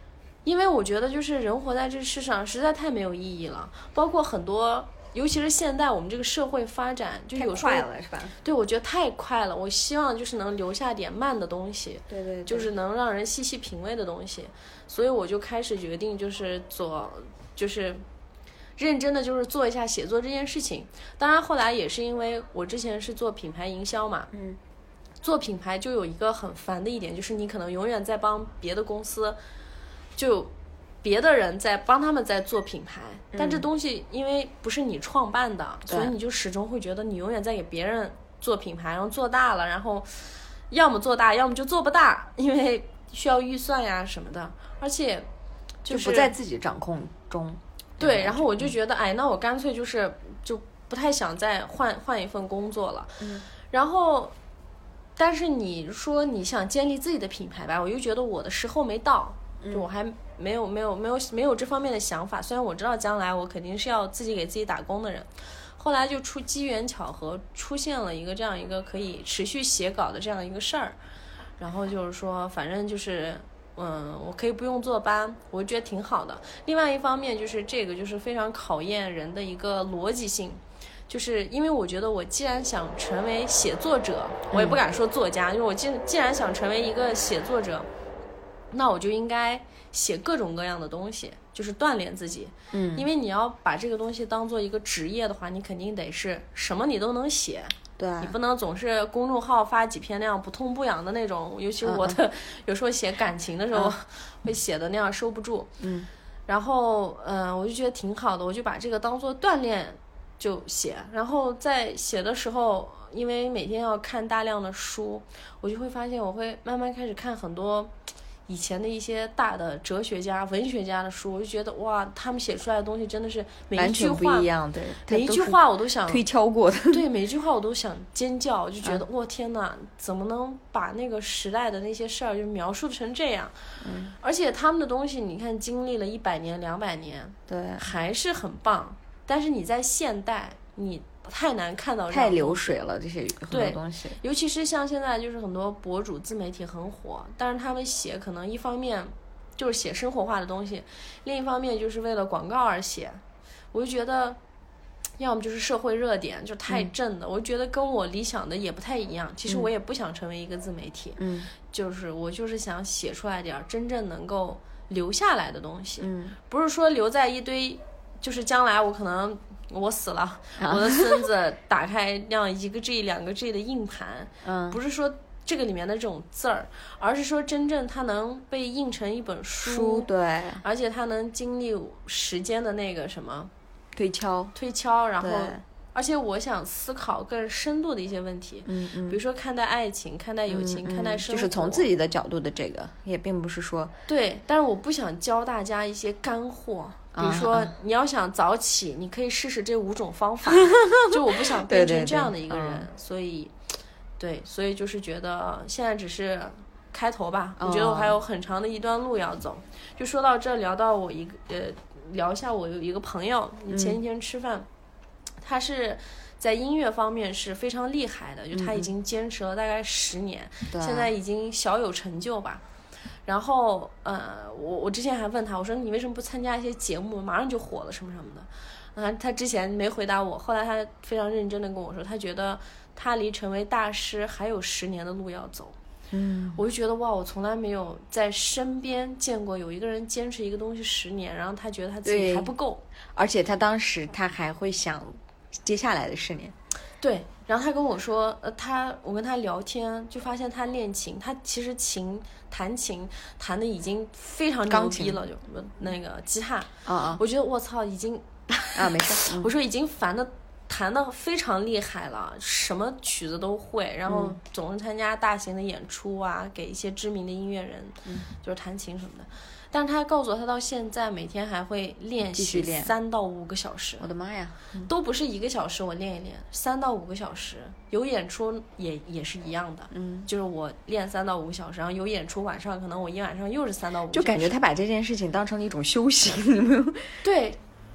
因为我觉得就是人活在这世上实在太没有意义了，包括很多。尤其是现在我们这个社会发展，就有时候太快了，是吧？ 对，我觉得太快了。我希望就是能留下点慢的东西， 对 对, 对， 就是能让人细细品味的东西。所以我就开始决定，就是做，就是认真的就是做一下写作这件事情。当然后来也是因为我之前是做品牌营销嘛， 嗯， 做品牌就有一个很烦的一点，就是你可能永远在帮别的公司，就别的人在帮他们在做品牌，但这东西因为不是你创办的，嗯，所以你就始终会觉得你永远在给别人做品牌，然后做大了，然后要么做大，要么就做不大，因为需要预算呀什么的，而且就是就不在自己掌控中。 对，然后我就觉得，哎，那我干脆就是就不太想再换换一份工作了。 嗯， 然后，但是你说你想建立自己的品牌吧，我又觉得我的时候没到。就我还没有没有没有没有这方面的想法，虽然我知道将来我肯定是要自己给自己打工的人。后来就出机缘巧合出现了一个这样一个可以持续写稿的这样一个事儿，然后就是说反正就是嗯，我可以不用坐班，我觉得挺好的。另外一方面就是这个就是非常考验人的一个逻辑性，就是因为我觉得我既然想成为写作者，我也不敢说作家，嗯，就是我既既然想成为一个写作者，那我就应该写各种各样的东西，就是锻炼自己。 嗯， 因为你要把这个东西当做一个职业的话，你肯定得是什么你都能写。 对， 你不能总是公众号发几篇那样不痛不痒的那种，尤其我的，嗯，有时候写感情的时候，嗯，会写的那样收不住。 嗯， 然后嗯，呃，我就觉得挺好的，我就把这个当做锻炼就写。然后在写的时候，因为每天要看大量的书，我就会发现我会慢慢开始看很多以前的一些大的哲学家、文学家的书，我就觉得哇，他们写出来的东西真的是每一句话不一样，对， 每一句话我都想推敲过的， 对，每一句话我都想尖叫，我就觉得哇，嗯，天哪，怎么能把那个时代的那些事儿就描述成这样？ 嗯， 而且他们的东西，你看经历了一百年、两百年， 对， 还是很棒。但是你在现代，你太难看到这太流水了，这些很多东西。 尤其是像现在，就是很多博主、自媒体很火，但是他们写可能一方面就是写生活化的东西，另一方面就是为了广告而写。我就觉得，要么就是社会热点，就太正的，嗯，我就觉得跟我理想的也不太一样。其实我也不想成为一个自媒体， 嗯， 就是我就是想写出来点真正能够留下来的东西， 嗯， 不是说留在一堆，就是将来我可能。我死了，啊，我的孙子打开那样一个 G 两个 G 的硬盘， 嗯， 不是说这个里面的这种字儿，而是说真正它能被印成一本书， 书对， 而且它能经历时间的那个什么推敲推敲，然后而且我想思考更深度的一些问题， 嗯嗯， 比如说看待爱情，看待友情， 嗯嗯， 看待生活， 就是从自己的角度的这个，也并不是说对，但是我不想教大家一些干货。比如说你要想早起，你可以试试这五种方法，就我不想变成这样的一个人， 对对对，嗯， 所以对，所以就是觉得现在只是开头吧，我觉得我还有很长的一段路要走。就说到这，聊到我一个呃，聊一下我有一个朋友，前几天吃饭，嗯，他是在音乐方面是非常厉害的，就他已经坚持了大概十年， 嗯， 现在已经小有成就吧。然后，呃，我我之前还问他，我说你为什么不参加一些节目，马上就火了什么什么的？啊，他之前没回答我，后来他非常认真的跟我说，他觉得他离成为大师还有十年的路要走。 嗯， 我就觉得哇，我从来没有在身边见过有一个人坚持一个东西十年，然后他觉得他自己还不够， 而且他当时他还会想接下来的十年。 对，然后他跟我说，呃，他我跟他聊天就发现他练琴，他其实琴弹琴弹的已经非常牛逼了，就那个吉他啊啊， 我觉得我操，已经啊没事， 嗯，我说已经烦的弹的非常厉害了，什么曲子都会，然后总是参加大型的演出啊，给一些知名的音乐人， 嗯， 就是弹琴什么的。但是他告诉我，他到现在每天还会练习三到五个小时。 我的妈呀， 嗯，都不是一个小时我练一练，三到五个小时。有演出也也是一样的， 嗯， 就是我练三到五个小时，然后有演出晚上可能我一晚上又是三到五个小时。 就感觉他把这件事情当成了一种修行，你没有？ 对。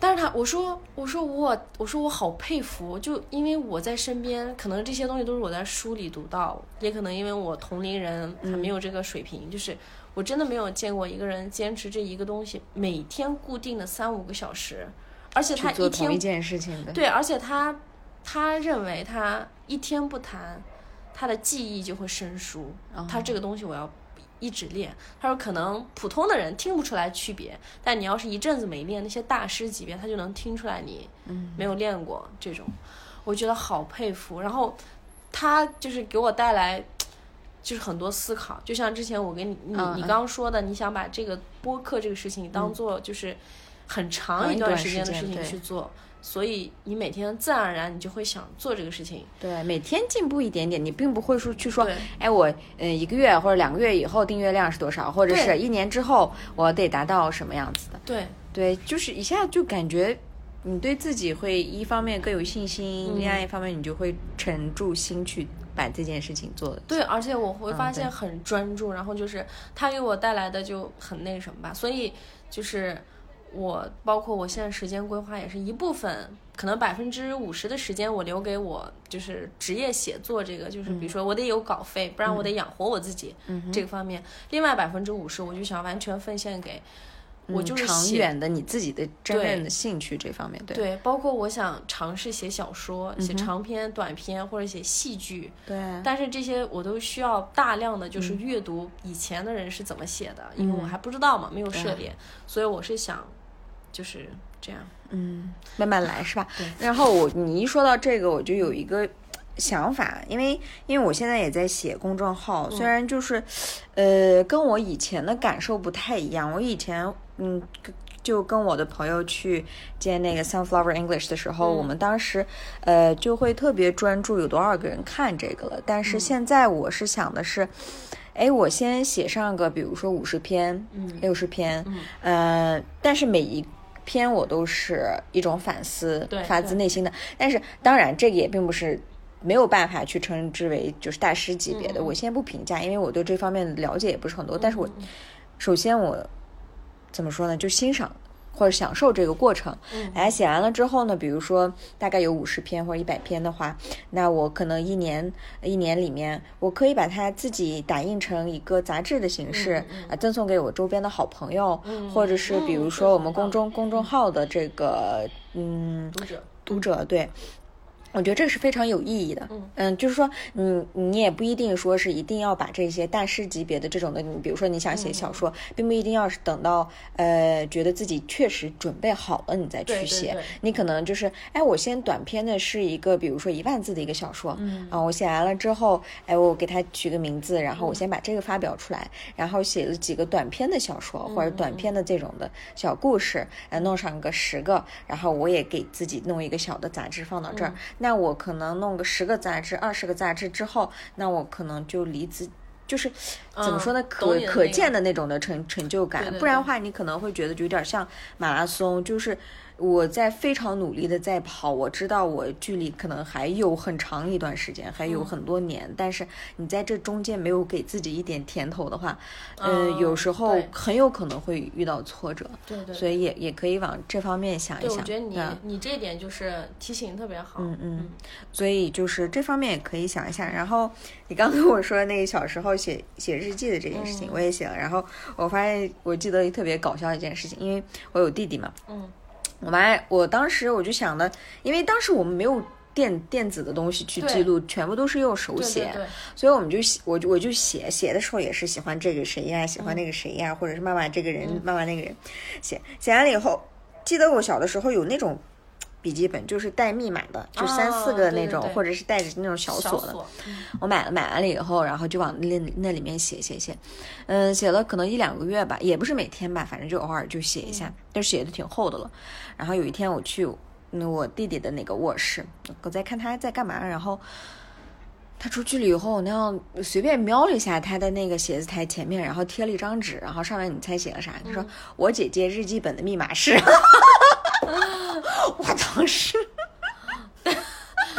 但是他我说我说我我说我好佩服，就因为我在身边，可能这些东西都是我在书里读到，也可能因为我同龄人还没有这个水平，嗯、就是我真的没有见过一个人坚持这一个东西每天固定的三五个小时，而且他一天做同一件事情的， 对，而且他他认为他一天不弹，他的记忆就会生疏，哦、他这个东西我要一直练。他说可能普通的人听不出来区别，但你要是一阵子没练，那些大师级别他就能听出来你没有练过，嗯、这种我觉得好佩服。然后他就是给我带来就是很多思考，就像之前我跟你你嗯、 你刚刚说的，你想把这个播客这个事情当做就是很长一段时间的事情去做，所以你每天自然而然你就会想做这个事情。 对，每天进步一点点，你并不会说去说，哎，我呃一个月或者两个月以后订阅量是多少，或者是一年之后我得达到什么样子的。 对对，就是一下就感觉你对自己会一方面更有信心，嗯、另外一方面你就会沉住心去把这件事情做的。 对，而且我会发现很专注，嗯、然后就是它给我带来的就很那什么吧，所以就是我包括我现在时间规划也是一部分，可能百分之五十的时间我留给我就是职业写作这个，就是比如说我得有稿费，嗯、不然我得养活我自己，嗯、这个方面。另外百分之五十我就想完全奉献给我就是写、嗯、长远的你自己的真正的兴趣这方面。对对，包括我想尝试写小说，写长篇、短篇或者写戏剧。 对， 但是这些我都需要大量的就是阅读以前的人是怎么写的，嗯、因为我还不知道嘛，没有涉猎，所以我是想就是这样， 嗯，慢慢来是吧？ 对。 然后我你一说到这个，我就有一个想法，因为因为我现在也在写公众号，虽然就是，呃，跟我以前的感受不太一样。我以前嗯，就跟我的朋友去见那个 Sunflower English 的时候，嗯、我们当时呃就会特别专注有多少个人看这个了。但是现在我是想的是，哎、嗯，我先写上个，比如说五十篇、六十篇，嗯，呃，但是每一篇我都是一种反思，发自内心的。但是当然，这个也并不是没有办法去称之为就是大师级别的。嗯、我现在不评价，因为我对这方面的了解也不是很多。嗯、但是我首先我怎么说呢，就欣赏或者享受这个过程。嗯，哎，写完了之后呢，比如说大概有五十篇或者一百篇的话，那我可能一年一年里面，我可以把它自己打印成一个杂志的形式，啊、嗯嗯，赠送给我周边的好朋友，嗯、或者是比如说我们公众、嗯、公众号的这个嗯读者读者对。我觉得这个是非常有意义的，嗯嗯，就是说，你你也不一定说是一定要把这些大师级别的这种的，你比如说你想写小说，嗯、并不一定要是等到呃觉得自己确实准备好了你再去写， 对对对， 你可能就是，哎，我先短篇的是一个，比如说一万字的一个小说，嗯啊，我写完了之后，哎，我给它取个名字，然后我先把这个发表出来，嗯、然后写了几个短篇的小说、嗯、或者短篇的这种的小故事，呃，弄上个十个，然后我也给自己弄一个小的杂志放到这儿。嗯，那我可能弄个十个杂志、二十个杂志之后，那我可能就离自就是怎么说呢， 嗯、 可可见的那种的成成就感。 对对对， 不然的话，你可能会觉得有点像马拉松，就是我在非常努力的在跑，我知道我距离可能还有很长一段时间，还有很多年，嗯、但是你在这中间没有给自己一点甜头的话，嗯、呃，有时候很有可能会遇到挫折。 对 对, 对， 所以也也可以往这方面想一想。 对，我觉得你、嗯、你这一点就是提醒特别好。 嗯嗯，所以就是这方面也可以想一下。然后你刚跟我说那个小时候写写日记的这件事情，嗯、我也写了。然后我发现我记得特别搞笑一件事情，因为我有弟弟嘛。 嗯。 我妈，我当时我就想的，因为当时我们没有电电子的东西去记录，全部都是用手写， 对对对， 所以我们就我就我就写写的时候也是喜欢这个谁呀，喜欢那个谁呀，嗯、或者是妈妈这个人，嗯、妈妈那个人，写写完了以后，记得我小的时候有那种笔记本，就是带密码的，就三四个那种， 哦、对对对， 或者是带着那种小锁的。 锁嗯、 我买了买完了以后，然后就往那那里面写写写，嗯，写了可能一两个月吧，也不是每天吧，反正就偶尔就写一下，但是写的挺厚的了。然后有一天我去嗯我弟弟的那个卧室，我在看他在干嘛，然后他出去了以后，我那样随便瞄了一下他的那个写字台前面，然后贴了一张纸，然后上面你猜写了啥？他说、嗯、我姐姐日记本的密码是。我当时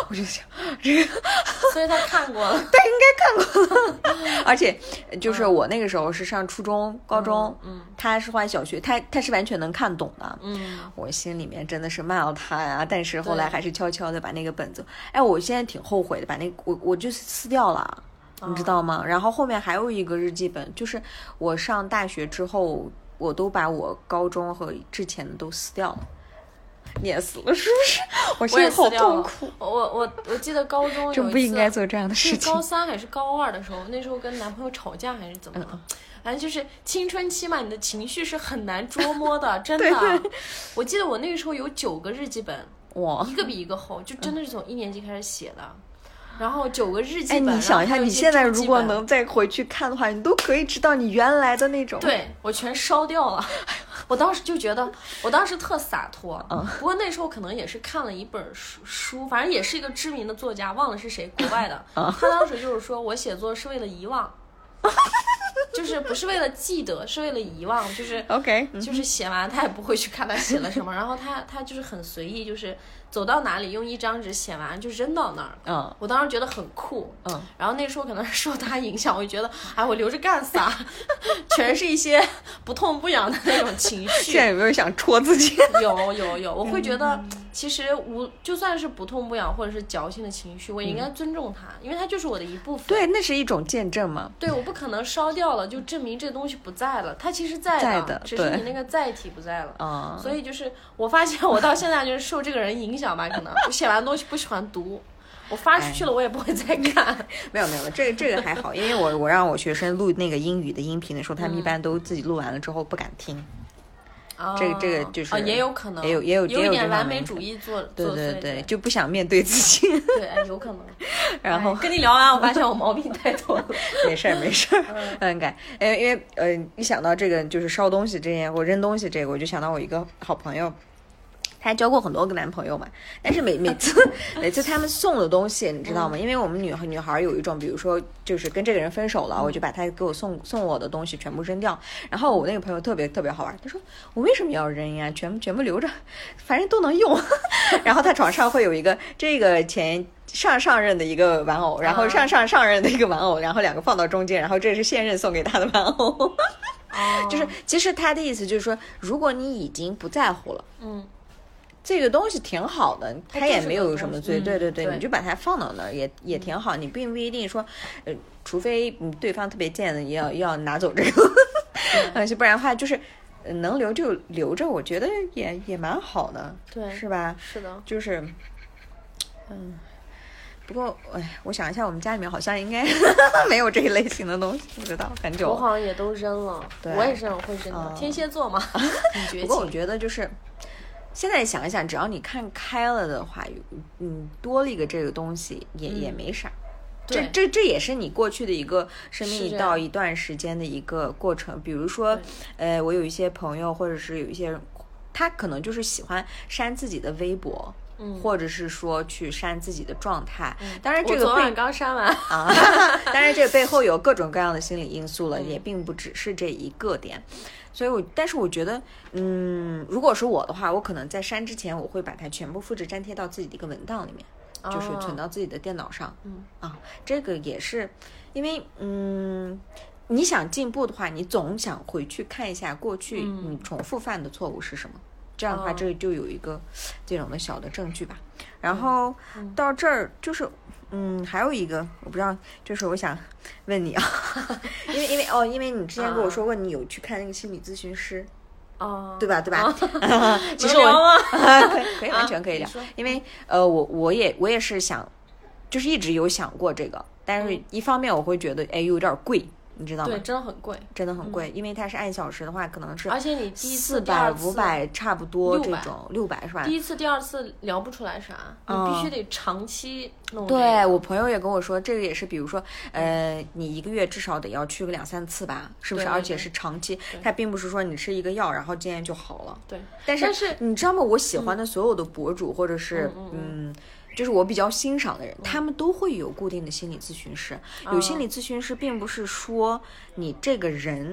我就想这个， 所以他看过了， 他应该看过了。而且就是我那个时候是上初中、高中， 嗯， 他是换小学，他他是完全能看懂的， 嗯， 我心里面真的是骂了他呀，但是后来还是悄悄的把那个本子，哎，我现在挺后悔的，把那我我就撕掉了。你知道吗？然后后面还有一个日记本，就是我上大学之后，我都把我高中和之前的都撕掉了，你也撕了是不是？我现在好痛苦。 我我我记得高中有一次， 真不应该做这样的事情。 高三还是高二的时候，那时候跟男朋友吵架还是怎么了？嗯、反正就是青春期嘛，你的情绪是很难捉摸的，真的。我记得我那个时候有九个日记本， 哇， 一个比一个厚，就真的是从一年级开始写的。然后九个日记本， 哎，你想一下，你现在如果能再回去看的话，你都可以知道你原来的那种。 对，我全烧掉了。我当时就觉得，我当时特洒脱。嗯。不过那时候可能也是看了一本书，书反正也是一个知名的作家，忘了是谁，国外的。嗯。他当时就是说我写作是为了遗忘。就是不是为了记得，是为了遗忘，就是 OK， 就是写完他也不会去看他写了什么，然后他他就是很随意，就是走到哪里用一张纸写完就扔到那儿。嗯，我当时觉得很酷。嗯，然后那时候可能受他影响，我就觉得哎，我留着干啥？全是一些不痛不痒的那种情绪。 现在有没有想戳自己？ 有有有，我会觉得其实无就算是不痛不痒或者是矫情的情绪，我也应该尊重它，因为它就是我的一部分。 对，那是一种见证嘛。 对，我不可能烧掉了就证明这东西不在了，它其实在的， 在的只是你那个载体不在了。嗯，所以就是我发现我到现在就是受这个人影响吧，可能我写完东西不喜欢读，我发出去了我也不会再看。哎、 没有没有，这个这个还好，因为我我让我学生录那个英语的音频的时候，他们一般都自己录完了之后不敢听。 哦、 这个这个就是、 哦、也有可能， 也有也有有一点完美主义做对对对， 对就不想面对自己。 对，哎，有可能。 然后、 哎、跟你聊完，我发现我毛病太多了。 没事儿没事儿，嗯，改，因为因为呃，一想到这个就是烧东西这件或扔东西这个，我就想到我一个好朋友。她交过很多个男朋友嘛，但是每每次每次他们送的东西，你知道吗？因为我们女女孩有一种，比如说就是跟这个人分手了，我就把他给我送送我的东西全部扔掉。然后我那个朋友特别特别好玩，他说我为什么要扔呀？全部全部留着，反正都能用。然后他床上会有一个这个前上上任的一个玩偶，然后上上上任的一个玩偶，然后两个放到中间，然后这是现任送给他的玩偶。就是其实他的意思就是说，如果你已经不在乎了，嗯。这个东西挺好的，它也没有什么罪，对对对，你就把它放到那儿也也挺好，你并不一定说，呃，除非你对方特别贱的，也要要拿走这个，而且不然的话就是能留就留着，我觉得也也蛮好的， 对， 是吧？ 是的， 就是，嗯，不过哎，我想一下，我们家里面好像应该没有这一类型的东西，不知道很久。 我好像也都扔了，我也是很会扔的，天蝎座嘛，很绝情。 不过我觉得就是。现在想一想，只要你看开了的话，嗯，多了一个这个东西也、嗯、也没啥。这这这也是你过去的一个生命到一段时间的一个过程。比如说，呃，我有一些朋友，或者是有一些人，他可能就是喜欢删自己的微博。嗯，或者是说去删自己的状态，嗯、当然这个我昨晚刚删完啊，当然这个背后有各种各样的心理因素了，嗯、也并不只是这一个点。所以我，但是我觉得，嗯，如果是我的话，我可能在删之前，我会把它全部复制粘贴到自己的一个文档里面，哦、就是存到自己的电脑上。嗯啊，这个也是，因为嗯，你想进步的话，你总想回去看一下过去你重复犯的错误是什么。嗯这样的话，这就有一个这种的小的证据吧。然后到这儿就是，嗯，还有一个我不知道，就是我想问你啊，因为因为哦，因为你之前跟我说过，你有去看那个心理咨询师，哦，对吧？对吧？啊、其实我可以可以完全可以聊，啊、因为呃，我我也我也是想，就是一直有想过这个，但是一方面我会觉得，哎，有点贵。你知道吗？ 对，真的很贵， 真的很贵，嗯、因为它是按小时的话，可能是而且你第一次、 四百、五百差不多这种，六百是吧？ 第一次、第二次聊不出来啥，嗯、你必须得长期弄、这个。 对，我朋友也跟我说，这个也是，比如说，呃，你一个月至少得要去个两三次吧，是不是？而且是长期，它并不是说你吃一个药，然后今天就好了。 对， 但是但是你知道吗？我喜欢的所有的博主，或者是嗯。嗯就是我比较欣赏的人，他们都会有固定的心理咨询师。有心理咨询师，并不是说你这个人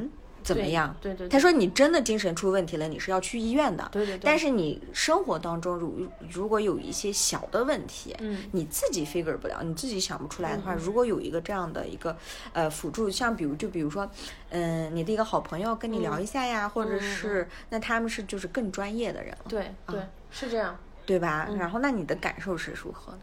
怎么样？ 对 对, 对, 对他说你真的精神出问题了，你是要去医院的。 对对对。 但是你生活当中如如果有一些小的问题， 嗯， 你自己 figure 不了，你自己想不出来的话， 嗯、 如果有一个这样的一个呃辅助，像比如就比如说，嗯、呃，你的一个好朋友跟你聊一下呀， 嗯、 或者是、 嗯、 那他们是就是更专业的人了。 对对、啊，是这样， 对吧？ 嗯、 然后那你的感受是如何的？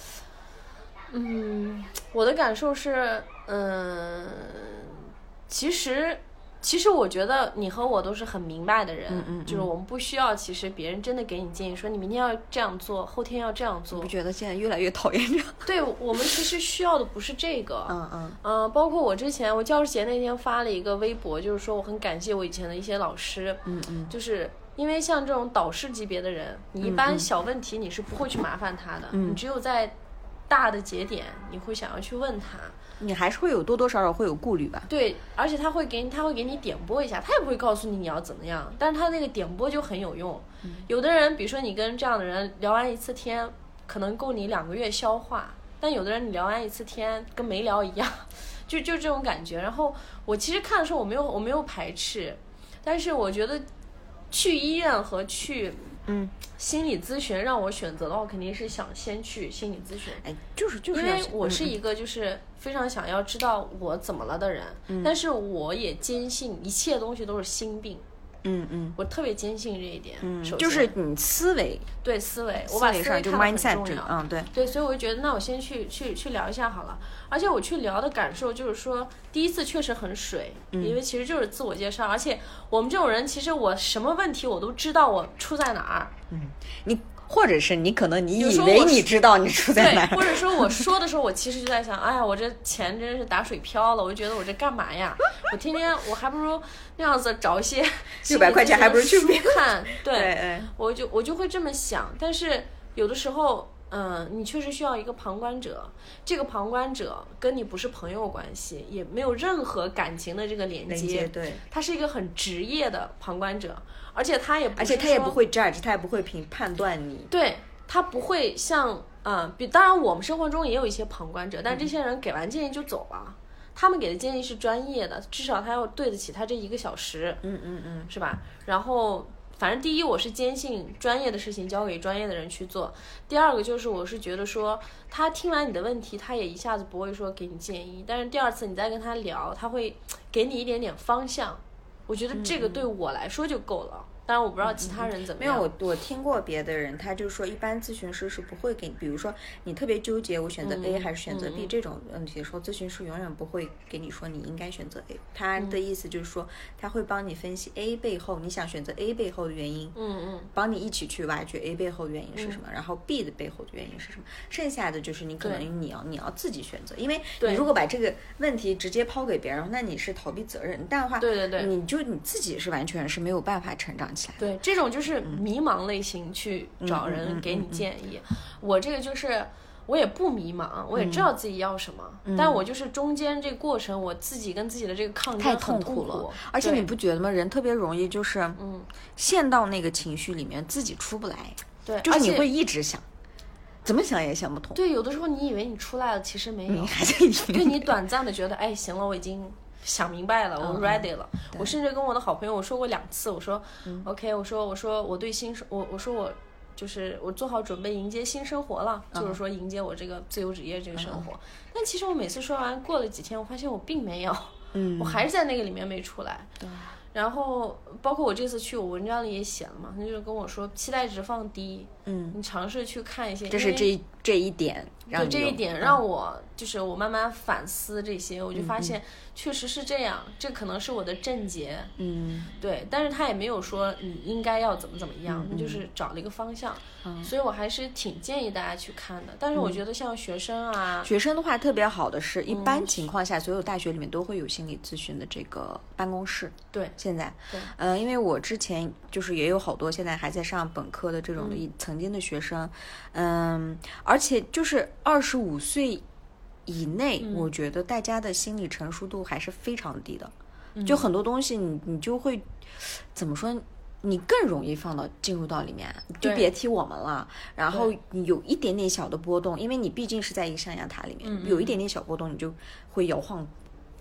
嗯，我的感受是，嗯，其实，其实我觉得你和我都是很明白的人， 嗯嗯嗯就是我们不需要，其实别人真的给你建议说你明天要这样做，后天要这样做。 你不觉得现在越来越讨厌这样？ 对，我们其实需要的不是这个， 嗯嗯嗯、呃，包括我之前我教师节那天发了一个微博，就是说我很感谢我以前的一些老师， 嗯嗯， 就是。因为像这种导师级别的人，你一般小问题你是不会去麻烦他的， 嗯、 你只有在大的节点你会想要去问他， 你还是会有多多少少会有顾虑吧？ 对，而且他会给你他会给你点拨一下，他也不会告诉你你要怎么样，但是他那个点拨就很有用。 嗯、 有的人比如说你跟这样的人聊完一次天可能够你两个月消化，但有的人你聊完一次天跟没聊一样，就就这种感觉。然后我其实看的时候我没有我没有排斥，但是我觉得去医院和去嗯心理咨询让我选择的话，我肯定是想先去心理咨询。 哎，就是就是， 因为我是一个就是非常想要知道我怎么了的人， 嗯、 但是我也坚信一切东西都是心病。 嗯嗯， 我特别坚信这一点。 嗯， 首先就是你思维， 对思维，我把思维看得很重要。 嗯，对对，所以我就觉得，那我先去去去聊一下好了。而且我去聊的感受就是说，第一次确实很水， 嗯、 因为其实就是自我介绍，而且我们这种人，其实我什么问题我都知道我出在哪儿。 嗯，你。或者是你可能你以为你知道你出在哪儿， 或者说我说的时候，我其实就在想，哎呀，我这钱真是打水漂了，我就觉得我这干嘛呀？我天天我还不如那样子找一些六百块钱还不如去看，对， 对我就我就会这么想。但是有的时候，嗯，你确实需要一个旁观者，这个旁观者跟你不是朋友关系，也没有任何感情的这个连接， 连接对， 他是一个很职业的旁观者。而且他也不是， 而且他也不会 judge， 他也不会评判断你。 对，他不会像，嗯，比当然我们生活中也有一些旁观者，但这些人给完建议就走了，嗯、他们给的建议是专业的，至少他要对得起他这一个小时。 嗯嗯嗯， 是吧？然后，反正第一，我是坚信专业的事情交给专业的人去做；第二个就是我是觉得说，他听完你的问题，他也一下子不会说给你建议，但是第二次你再跟他聊，他会给你一点点方向。我觉得这个对我来说就够了。嗯当然我不知道其他人怎么样。 没有，我我听过别的人，他就说一般咨询师是不会给你，比如说你特别纠结我选择 A 还是选择 B、嗯、这种问题的时候，咨询师永远不会给你说你应该选择 A。他的意思就是说，他会帮你分析 A 背后你想选择 A 背后的原因， 嗯嗯， 帮你一起去挖掘 A 背后的原因是什么，嗯、然后 B 的背后的原因是什么，剩下的就是你可能你要你要自己选择，因为你如果把这个问题直接抛给别人，那你是逃避责任，但的话， 对对对， 你就你自己是完全是没有办法成长起来的。 对，这种就是迷茫类型去找人给你建议，嗯嗯嗯嗯嗯、我这个就是我也不迷茫，我也知道自己要什么，嗯、但我就是中间这个过程我自己跟自己的这个抗争太痛苦了，而且你不觉得吗？人特别容易就是嗯陷到那个情绪里面，自己出不来。 对， 就是你会一直想，怎么想也想不通。 对，有的时候你以为你出来了，其实没有， 你还在里面。 对，你短暂的觉得，哎，行了，我已经想明白了，我 ready 了。 嗯、 我甚至跟我的好朋友我说过两次，我说、 嗯、 OK， 我说我说我对新生，我我说我就是我做好准备迎接新生活了， 嗯、 就是说迎接我这个自由职业这个生活。 嗯、 但其实我每次说完，过了几天，我发现我并没有， 嗯， 我还是在那个里面没出来。 对。 然后包括我这次去，我文章里也写了嘛，他就是跟我说期待值放低， 嗯， 你尝试去看一些， 这是这一这一点让对这一点让我、嗯、就是我慢慢反思这些，我就发现确实是这样，嗯、这可能是我的症结， 嗯， 对，但是他也没有说你应该要怎么怎么样， 嗯、 就是找了一个方向， 嗯， 所以我还是挺建议大家去看的。但是我觉得像学生啊， 嗯、学生的话特别好的是，一般情况下，嗯、所有大学里面都会有心理咨询的这个办公室， 对， 现在， 对。 嗯、呃，因为我之前就是也有好多现在还在上本科的这种的、嗯、曾经的学生，嗯，而且就是二十五岁以内、嗯，我觉得大家的心理成熟度还是非常低的，嗯、就很多东西你你就会怎么说，你更容易放到进入到里面，就别提我们了。然后你有一点点小的波动，因为你毕竟是在一个象牙塔里面， 嗯、 有一点点小波动，你就会摇晃。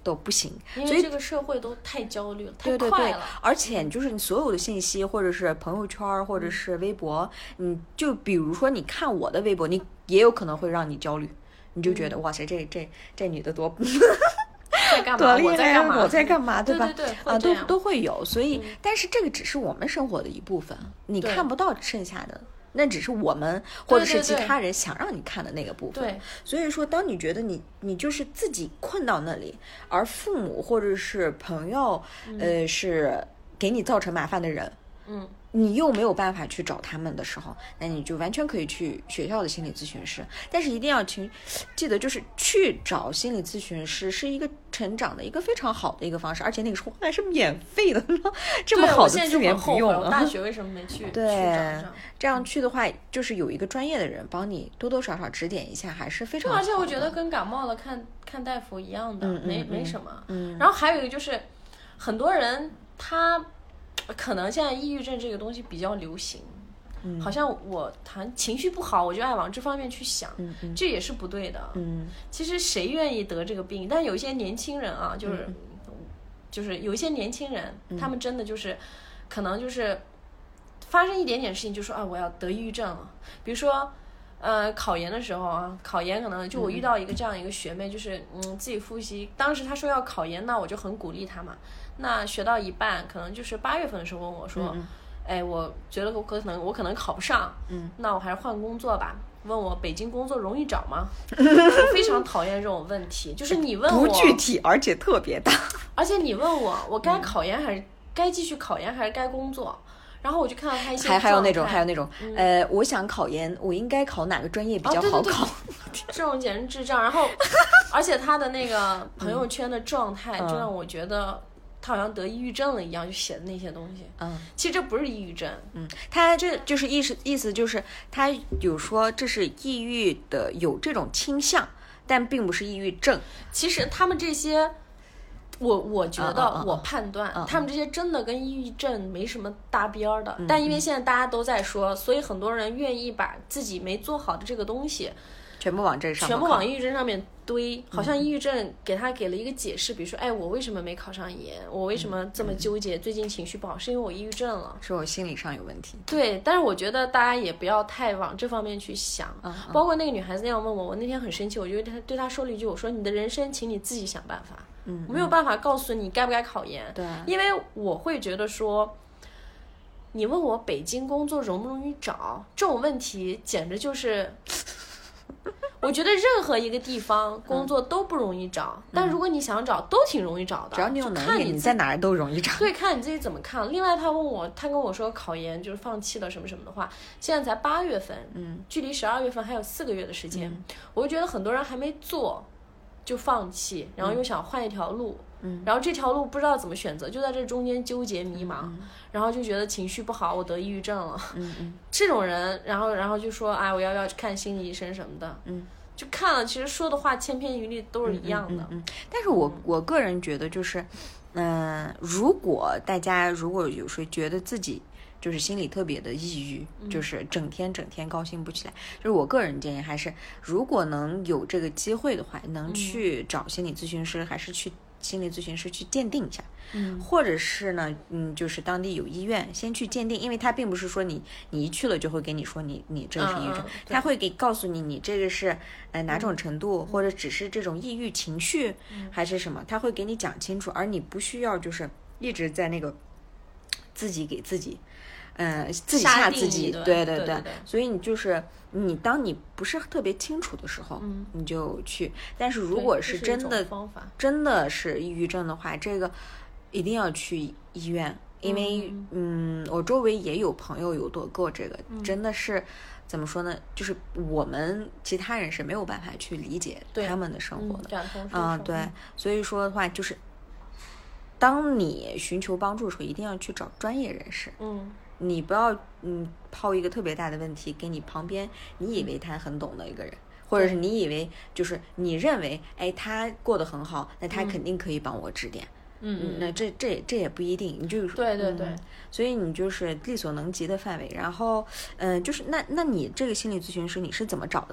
都不行， 因为这个社会都太焦虑了，太快了。 对对对，而且就是你所有的信息，或者是朋友圈，或者是微博，你就比如说你看我的微博，你也有可能会让你焦虑，你就觉得、嗯、哇塞，这这这女的多在干嘛？我在干嘛？ 我在干嘛？对吧？ 对对对， 啊，都都会有。所以、 嗯， 但是这个只是我们生活的一部分，你看不到剩下的。那只是我们或者是其他人想让你看的那个部分。 对对对， 所以说当你觉得你你就是自己困到那里，而父母或者是朋友、嗯、呃是给你造成麻烦的人， 嗯， 你又没有办法去找他们的时候，那你就完全可以去学校的心理咨询师。但是一定要去记得，就是去找心理咨询师是一个成长的一个非常好的一个方式，而且那个时候还是免费的，这么好的资源不用了。 我大学为什么没去？ 对， 去找找这样去的话，就是有一个专业的人帮你多多少少指点一下，还是非常好的。 而且我觉得跟感冒了看看大夫一样的， 嗯、 没嗯没什么。 嗯。 然后还有一个就是，很多人他。可能现在抑郁症这个东西比较流行，嗯，好像我谈情绪不好，我就爱往这方面去想， 嗯嗯， 这也是不对的， 嗯， 其实谁愿意得这个病？但有一些年轻人啊，就是、 嗯、 就是有一些年轻人、 嗯， 他们真的就是可能就是发生一点点事情就说啊我要得抑郁症了，比如说呃考研的时候啊，考研可能就我遇到一个这样一个学妹，就是嗯自己复习，当时她说要考研，那我就很鼓励她嘛。那学到一半，可能就是八月份的时候问我说， 嗯、 哎，我觉得我可能我可能考不上， 嗯， 那我还是换工作吧。问我北京工作容易找吗？我非常讨厌这种问题，就是你问我不具体，而且特别大。 而且你问我，我该考研还是、嗯、该继续考研还是该工作？然后我就看到他一些还还有那种还有那种、 嗯、 呃，我想考研，我应该考哪个专业比较好考？ 哦、对对对这种简直智障。然后，而且他的那个朋友圈的状态，就让我觉得。嗯他好像得抑郁症了一样，就写的那些东西。 嗯， 其实这不是抑郁症。 嗯，他这就是意思意思就是他有说这是抑郁的有这种倾向，但并不是抑郁症。 其实他们这些，我我觉得、 嗯嗯嗯、 我判断、 嗯、 他们这些真的跟抑郁症没什么搭边的、 嗯。 但因为现在大家都在说，所以很多人愿意把自己没做好的这个东西。 全部往这上， 全部往抑郁症上面堆，好像抑郁症给他给了一个解释，比如说，哎，我为什么没考上研？我为什么这么纠结？最近情绪不好，是因为我抑郁症了， 是我心理上有问题。 对，但是我觉得大家也不要太往这方面去想。 嗯、 包括那个女孩子那样问我，我那天很生气，我就对她说了一句，我说你的人生，请你自己想办法。 嗯， 我没有办法告诉你该不该考研。 对， 因为我会觉得说。你问我北京工作容不容易找这种问题，简直就是。我觉得任何一个地方工作都不容易找、嗯、但如果你想找都挺容易找的， 只要你有能力，你在哪儿都容易找。 对，看你自己怎么看。另外他问我，他跟我说考研就是放弃了什么什么的话，现在才八月份， 嗯， 距离十二月份还有四个月的时间、嗯、我就觉得很多人还没做就放弃，然后又想换一条路， 嗯， 然后这条路不知道怎么选择，就在这中间纠结迷茫、嗯、然后就觉得情绪不好，我得抑郁症了， 嗯嗯， 这种人然后然后就说哎，我要不要去看心理医生什么的， 嗯， 就看了，其实说的话千篇一律都是一样的。 嗯嗯嗯嗯、但是我我个人觉得就是，嗯、呃，如果大家如果有谁觉得自己就是心里特别的抑郁、嗯，就是整天整天高兴不起来，就是我个人建议还是，如果能有这个机会的话，能去找心理咨询师，嗯、还是去心理咨询师去鉴定一下。 嗯， 或者是呢，嗯，就是当地有医院先去鉴定，因为他并不是说你你一去了就会给你说你你这是抑郁症， 嗯、 他会给告诉你你这个是呃哪种程度、嗯，或者只是这种抑郁情绪、嗯、还是什么，他会给你讲清楚，而你不需要就是一直在那个自己给自己。呃，自己吓自己，对对对, 对, 对, 对， 所以你就是你，当你不是特别清楚的时候， 嗯， 你就去。但是如果是真的方法真的是抑郁症的话，这个一定要去医院，因为嗯, 嗯，我周围也有朋友有得过这个， 嗯、 真的是怎么说呢？就是我们其他人是没有办法去理解他们的生活的， 啊、 嗯，对，所以说的话就是，当你寻求帮助的时候，一定要去找专业人士， 嗯。 你不要嗯抛一个特别大的问题给你旁边你以为他很懂的一个人，或者是你以为就是你认为哎他过得很好，那他肯定可以帮我指点， 嗯嗯， 那这这这也不一定，你就是对对对、嗯， 所以你就是力所能及的范围。然后嗯、呃，就是那那你这个心理咨询师你是怎么找的呢？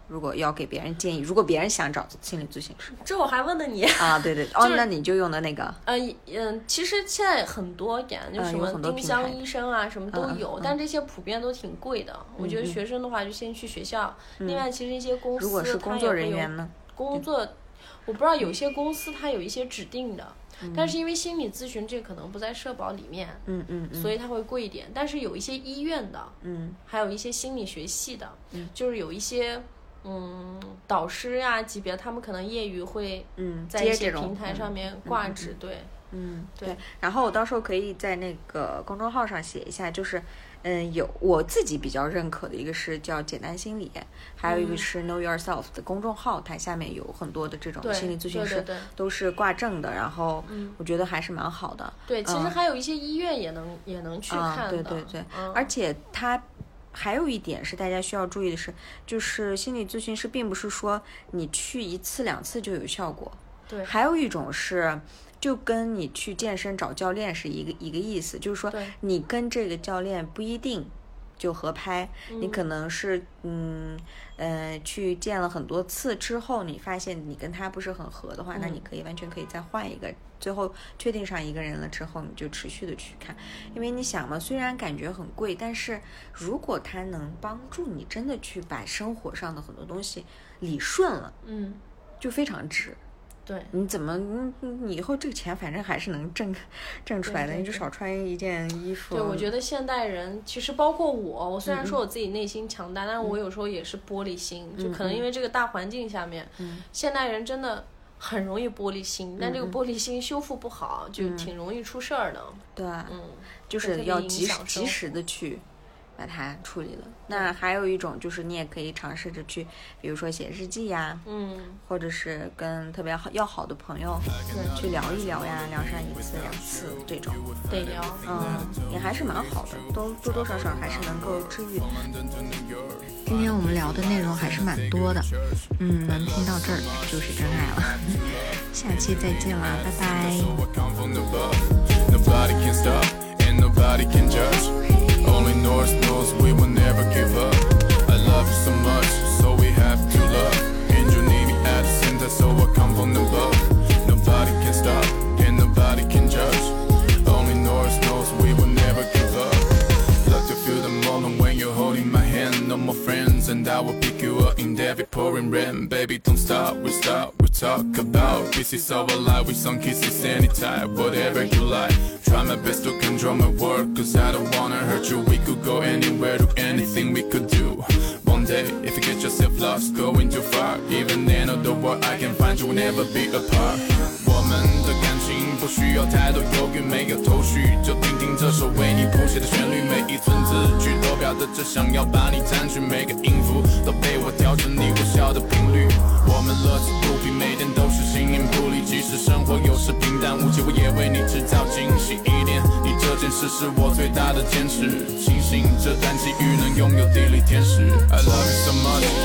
如果要给别人建议，如果别人想找心理咨询师， 这我还问的你啊，对对，哦，那你就用的那个， 呃嗯，其实现在很多点，就什么丁香医生啊，什么都有，但这些普遍都挺贵的。我觉得学生的话就先去学校。另外，其实一些公司， 如果是工作人员呢， 工作，我不知道有些公司它有一些指定的。但是因为心理咨询这可能不在社保里面， 嗯嗯， 所以它会贵一点。但是有一些医院的， 嗯， 还有一些心理学系的，嗯，就是有一些嗯导师呀、啊、级别，他们可能业余会嗯在一些平台上面挂职， 嗯、 对， 嗯对。然后我到时候可以在那个公众号上写一下，就是嗯有我自己比较认可的一个是叫简单心理，还有一个是 Know Yourself 的公众号，它下面有很多的这种心理咨询师， 对对对对都是挂证的，然后我觉得还是蛮好的。 对，其实还有一些医院也能、嗯、也能去看的， 啊、对对对、 嗯， 而且它。还有一点是大家需要注意的是，就是心理咨询师并不是说你去一次两次就有效果。 对， 还有一种是，就跟你去健身找教练是一个一个意思，就是说你跟这个教练不一定就合拍， 嗯、 你可能是嗯呃去见了很多次之后，你发现你跟他不是很合的话， 嗯、 那你可以完全可以再换一个。最后确定上一个人了之后，你就持续的去看，因为你想嘛，虽然感觉很贵，但是如果它能帮助你真的去把生活上的很多东西理顺了， 嗯， 就非常值。 对， 你怎么你你以后这个钱反正还是能挣挣出来的， 对对对， 你就少穿一件衣服。 对，我觉得现代人其实包括我，我虽然说我自己内心强大，嗯、但是我有时候也是玻璃心，嗯、就可能因为这个大环境下面， 嗯、 现代人真的。很容易玻璃心，但这个玻璃心修复不好，嗯、就挺容易出事儿的。 对， 嗯， 就是要及时及时的去把它处理了。那还有一种就是你也可以尝试着去，比如说写日记呀， 嗯， 或者是跟特别好要好的朋友去聊一聊呀，聊上一次两次这种。 得聊， 嗯，也还是蛮好的，都多多少少还是能够治愈的。今天我们聊的内容还是蛮多的，嗯，能听到这儿就是真爱了。下期再见啦，拜拜。Nobody can judge. Only North knows we will never give up. I love you so much, so we have to love. And you need me at the center, so I come from above. Nobody can stop, and nobody can judge. Only North knows we will never give up. Love to feel the moment when you're holding my hand. No more friends, and I will pick you up in every pouring rain. Baby, don't stop, we stop, we talk about pieces of our life with some kisses anytime, whatever you like. Try my best to control my work, cause I don't wanna hurt you. We could go anywhere, do anything we could do. One day, if you get yourself lost, going too far, even then of the world I can find you, we'll never be apart. 我们的感情不需要太多犹豫，没有头绪，就听听这首为你谱写的旋律，每一寸字句都表达着想要把你占据，每个音符都被我调成你我笑的频率。我们乐此不疲，每天都是形影不离，即使生活有时平淡无奇，我也为你制造惊喜一点。你这件事是我最大的坚持，庆幸这段际遇能拥有地理天使。I love you so much.